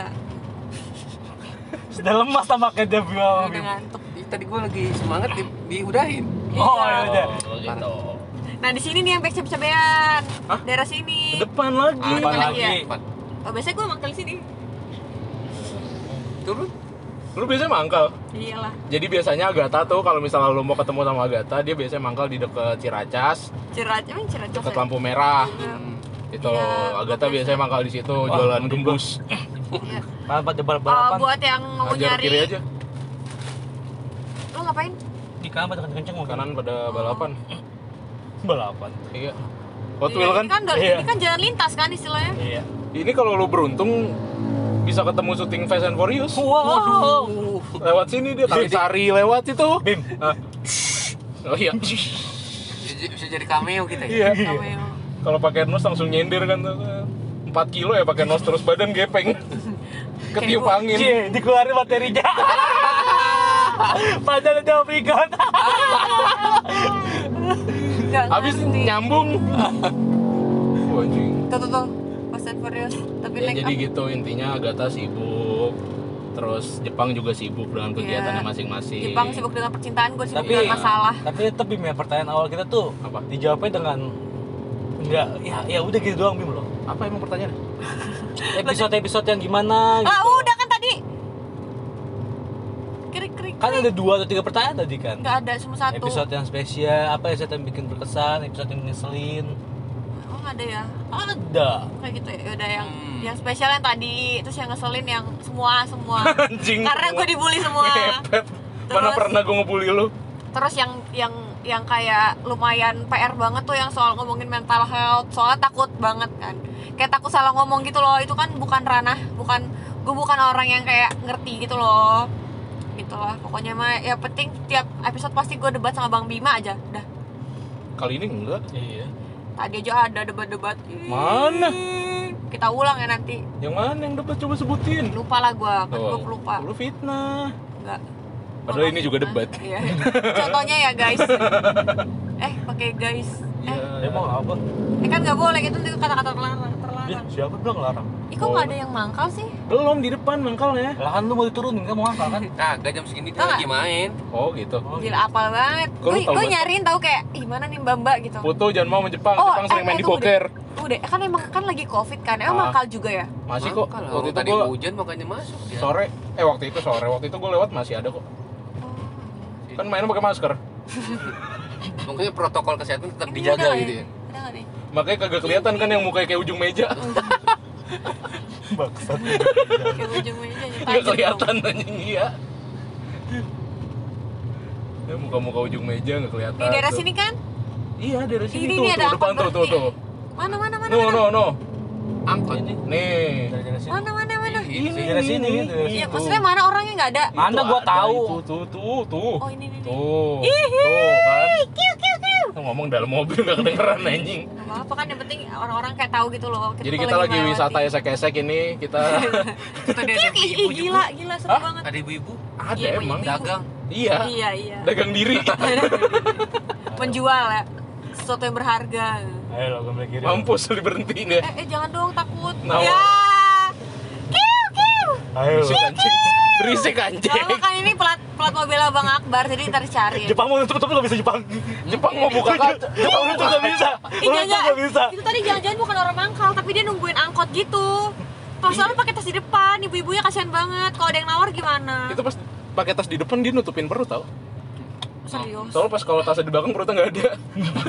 Sudah lemas tampaknya dia bilang. udah ngantuk Ih, tadi gue lagi semangat di, diudahin. Oh Iya. ya udah. Oh, gitu. nah di sini nih yang cabe-cabean Hah? daerah sini Ke depan lagi. Depan lagi ya? lagi. Depan. oh biasanya gue makan di sini Turun. Lu biasanya mangkal. Iyalah. Jadi biasanya Agatha tuh kalau misalnya lu mau ketemu sama Agatha, dia biasanya mangkal di deket Ciracas, Ciracas, emang Ciracas. deket ya? lampu merah. Hmm. Itu Iya, Agatha biasa. biasanya mangkal di situ, Wah, jualan nanti gembus. Iya. Balapan Oh, balapan. buat yang mau Ajar nyari. kiri aja, Lo ngapain? Di kanan pada kenceng mau kanan pada balapan. balapan. Iya. Hot Iya, Wheel kan? Ini kan, Iya. ini kan jalan lintas kan istilahnya. Iya. Ini kalau lu beruntung bisa ketemu syuting Fast and Furious. Wow. Lewat sini dia Kalisari lewat itu. Bim. Ah. Oh iya. Bisa, bisa jadi cameo kita Iya. ya. Cameo. Kalau pakai nos langsung nyender kan tuh. empat kilo ya pakai nos terus badan gepeng. Ketiup gua. angin. Cie, dikeluarin materinya. Padahal ada obrigat. Nggak Habis ngerti. nyambung. Wah, anjing. Tuh tuh tuh. Fast and Furious. Tapi Ya, naik jadi up. gitu intinya Agatha sibuk. Terus Jepang juga sibuk dengan kegiatannya Iya. masing-masing. Jepang sibuk dengan percintaan, gue sibuk Tapi dengan masalah. Tapi tetap Bim ya pertanyaan awal kita tuh Apa? dijawabnya dengan enggak ya ya udah gitu doang Bim loh. Apa emang pertanyaannya? Episode-episode yang gimana gitu. Ah udah kan tadi. Krik krik. Kan ada dua atau tiga pertanyaan tadi kan. Nggak ada cuma satu. Episode yang spesial, apa episode yang bikin berkesan, episode yang ngeselin. Oh nggak ada ya. Ada. Kayak gitu ya. Udah yang Hmm. yang spesial yang tadi, terus yang ngeselin yang semua semua. Anjing. Karena gue dibully semua. Ngepet. Mana Terus- pernah gue ngebully lu? Terus yang yang yang kayak lumayan P R banget tuh yang soal ngomongin mental health, soalnya takut banget kan. Kayak takut salah ngomong gitu loh. Itu kan bukan ranah, bukan gue bukan orang yang kayak ngerti gitu loh. Gitu lah. Pokoknya mah ya penting tiap episode pasti gue debat sama Bang Bima aja. Dah. Kali ini enggak. Iya. Tadi aja ada debat-debat. Ih, Mana? Kita ulang ya nanti. Yang mana yang debat coba sebutin? Lupa lah gue, kan Oh, gue lupa. Lu fitnah. Enggak. Padahal ini juga debat. Iya. Contohnya ya guys. Eh pakai guys. Eh, Dia mau apa? eh kan nggak boleh itu kata-kata terlarang. Dia, terlarang. siapa bilang larang? Ih kok nggak ada yang mangkal sih? Belum di depan mangkalnya. Lah kan lu mau diturunin kan mau angkat kan? Nah, gak jam segini Tau kita lagi main. Oh gitu. Oh, Gila apal banget. Kok lu Gue tahu gue banget? nyariin tahu kayak ih mana nih Mbak Mbak gitu. Foto jangan mau Jepang. Jepang sering main di tunggu poker. deh. Tunggu deh, kan emang kan lagi covid kan, emang Ah. mangkal juga ya? Masih kok. Kalau Waktu itu tadi gua hujan makanya masuk ya. sore. Eh waktu itu sore. Waktu itu gue lewat masih ada kok. Kan mainnya pakai masker. Makanya protokol kesehatan tetap Ini dijaga ada nggak gitu ya? ya. Ada nggak nih? Makanya kagak kelihatan kan yang mukanya kayak ujung meja. bangsat. Kayak ujung meja aja. Nggak kelihatan anjing iya. Ya muka-muka ujung meja nggak kelihatan. Di daerah tuh. sini kan? Iya daerah sini Ini tuh, nih tuh ada depan angkot tuh tuh berhenti. tuh. Mana mana mana No mana? no no. Angkot. Nih. Dari sini. Mana mana mana? Ini Ini daerah sini, ini, daerah Iya, itu. maksudnya mana orangnya nggak ada? Mana Itu gua ada, tahu. Itu tuh tuh tuh. Oh ini nih. nih. Tuh. Ih, Tuh kan. Kiu kiu kiu. Tuh, ngomong dalam mobil nggak kedengeran anjing. Gak apa-apa kan yang penting orang-orang kayak tahu gitu loh. Jadi kita lagi melewati. wisata esek-esek ini kita Kita ada Ih, ih, ibu-ibu ih, gila, juga. gila seru Hah? banget. Ada ibu-ibu ada Iya, emang. ibu-ibu. dagang. Iya. Iya, iya. Dagang diri. Menjual ya sesuatu yang berharga. Ayo lo gue kiri. Mampus lu berhentiin ya. Eh, eh jangan dong takut. Nah, Ya. Kiu kiu. Ayo. Berisik anjing. Berisik anjing. Kalau kan ini plat plat mobil Abang Akbar jadi ntar dicari. Jepang mau tutup tutup nggak bisa Jepang. Jepang mau buka kaca. Jepang tutup nggak bisa. Ih, Tutup jangan, nggak bisa. itu tadi jangan-jangan bukan orang mangkal tapi dia nungguin angkot gitu. Pas soalnya pakai tas di depan, ibu-ibunya kasihan banget. Kalau ada yang nawar gimana? Itu pas pakai tas di depan dia nutupin perut tau. Serius. Soalnya pas kalau tasnya di belakang perutnya nggak ada.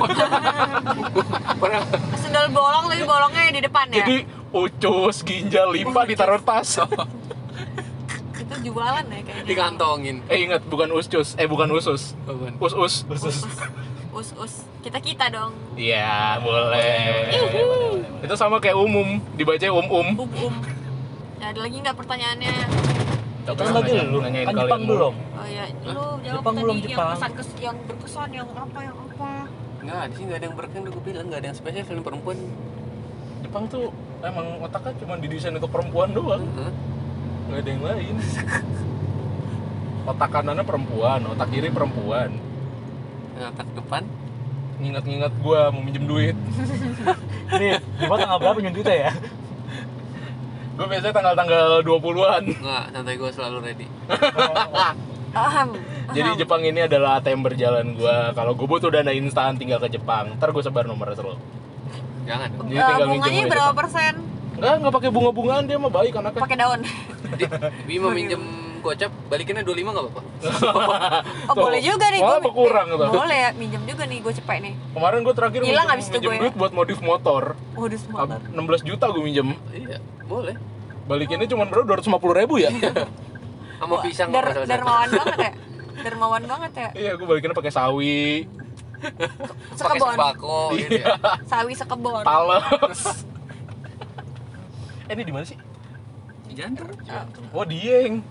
Pernah Sendal bolong tapi bolongnya di depan ya. Jadi ucus, ginjal, limpa ditaruh tas. Itu jualan ya kayaknya. dikantongin. Eh ingat bukan uscus, eh bukan usus. Apaan? Us-us. Khusus. Us us. Kita kita dong. Iya, boleh. Itu sama kayak umum, dibaca um-um. Um um. Ya, ada lagi nggak pertanyaannya? Kan tadi lu nanyain kan kalian Jepang mulu. belum. Oh ya, lu jawab Jepang tadi belum, yang Jepang. pesan kes yang berkesan yang apa yang apa? Enggak, di sini enggak ada yang berkesan udah gue bilang, enggak ada yang spesial film perempuan. Jepang tuh emang otaknya cuma didesain untuk perempuan doang, Heeh. nggak ada yang lain. Otak kanannya perempuan, otak kiri perempuan. Yang otak depan Nginget-nginget gua mau minjem duit. Nih, Jepang tanggal berapa nyuntiknya ya? Gue biasanya tanggal-tanggal dua puluhan. enggak, santai gue selalu ready. Aham. Jadi Jepang ini adalah A T M berjalan gua. Kalau gue butuh dana instan tinggal ke Jepang. Ntar gue sebar nomornya selalu. Jangan. Jadi Eh, tinggal bunganya minjem berapa Jepang. persen? Enggak, enggak pakai bunga-bungaan, dia mah baik anaknya. Pakai daun. Bima minjem gocap, balikinnya dua puluh lima enggak apa-apa? Oh boleh juga nih Malah gue. berkurang tuh. Boleh ya, minjem juga nih gue cepet nih. Kemarin gue terakhir Hilang minjem, abis itu minjem gue ya. duit buat modif motor. Waduh semua. enam belas juta gue minjem. Iya, boleh. Balikinnya cuma berapa? dua ratus lima puluh ribu ya? Sama pisang Dar nggak salah-salah. dermawan banget ya. Dermawan banget ya. Iya, gue balikinnya pakai sawi, Pakai Sekebon. sembako gitu ya. Sawi sekebon. tales. Eh, ini di mana sih? Jantung. Oh, Dieng.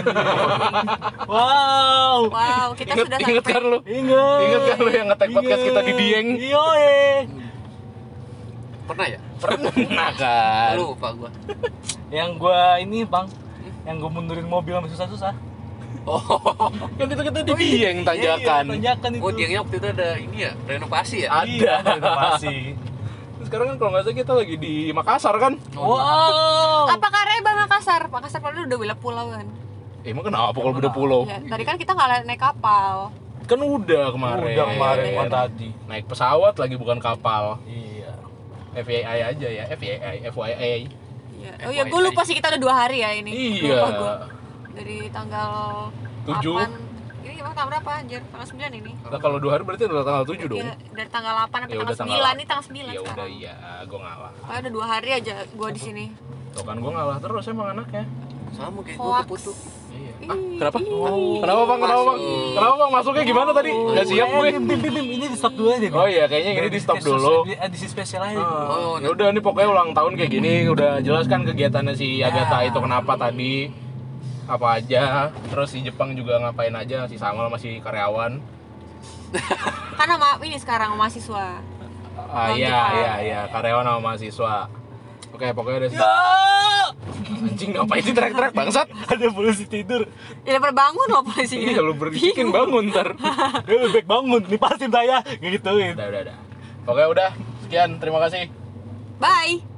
Wow. Wow, kita Ingat, sudah ingat sampai. kan lu? Ingat. Ingat kan lu yang nge-tag podcast kita di Dieng? Iya, eh. Pernah ya? Pernah kan? Lupa gua. Yang gua ini, Bang. Yang gua mundurin mobil sampai susah-susah. Oh. Kan itu kita di Dieng tanjakan. Iya, tanjakan itu. Oh, diangnya waktu itu ada ini ya, renovasi ya? Ada. Ada masih. Terus sekarang kan kalau nggak salah kita lagi di Makassar kan? Wow. Apakah Reba Makassar? Makassar padahal udah wilayah pulau kan. Eh, emang kenapa kalau udah pulau? Ya, tadi kan kita nggak naik kapal. Kan udah kemarin. Udah kemarin Iya. kan tadi. Naik pesawat lagi bukan kapal. Iya. F Y I aja ya, F Y I, F Y I. Iya. Oh ya, gue lupa sih kita udah dua hari ya ini. Iya. Lupa gua. Dari tanggal Tujuh. delapan. Ini emang tanggal berapa anjir? Tanggal sembilan ini. Nah, kalau dua hari berarti udah tanggal tujuh dong. Iya, dari tanggal delapan sampai Ya tanggal udah tanggal sembilan. Ini tanggal sembilan Ya sekarang. udah iya, gua ngalah. Pokoknya udah dua hari aja gue di sini. Tuh kan gua ngalah terus emang anaknya. Sama kayak gua Hoax. keputu. Iya. Ih, Ah, kenapa? ih. Kenapa Bang? Kenapa Bang? Masuk. Kenapa Bang? Masuknya gimana tadi? Enggak siap gue. Eh, Bim, bim, bim, bim. Ini di stop dulu aja. Bim. Oh iya, kayaknya ini di stop dulu. Edisi spesial aja. Oh, Ya udah, ini pokoknya ulang tahun kayak gini udah jelas kan kegiatannya si Agatha itu kenapa tadi apa aja, terus si Jepang juga ngapain aja, si Samuel masih karyawan. Kan sama ini sekarang mahasiswa. Ah Orang iya Jepang. iya iya, karyawan sama mahasiswa. Oke, pokoknya udah Ya. anjing ngapain sih teriak-teriak bangsat? Ada polisi tidur. Ya daripada bangun loh polisinya. Iya, lu berisikin bangun ntar. Ya lebih baik bangun. Lepasin saya. Gituin. Udah udah udah. Oke, udah. Sekian, terima kasih. Bye.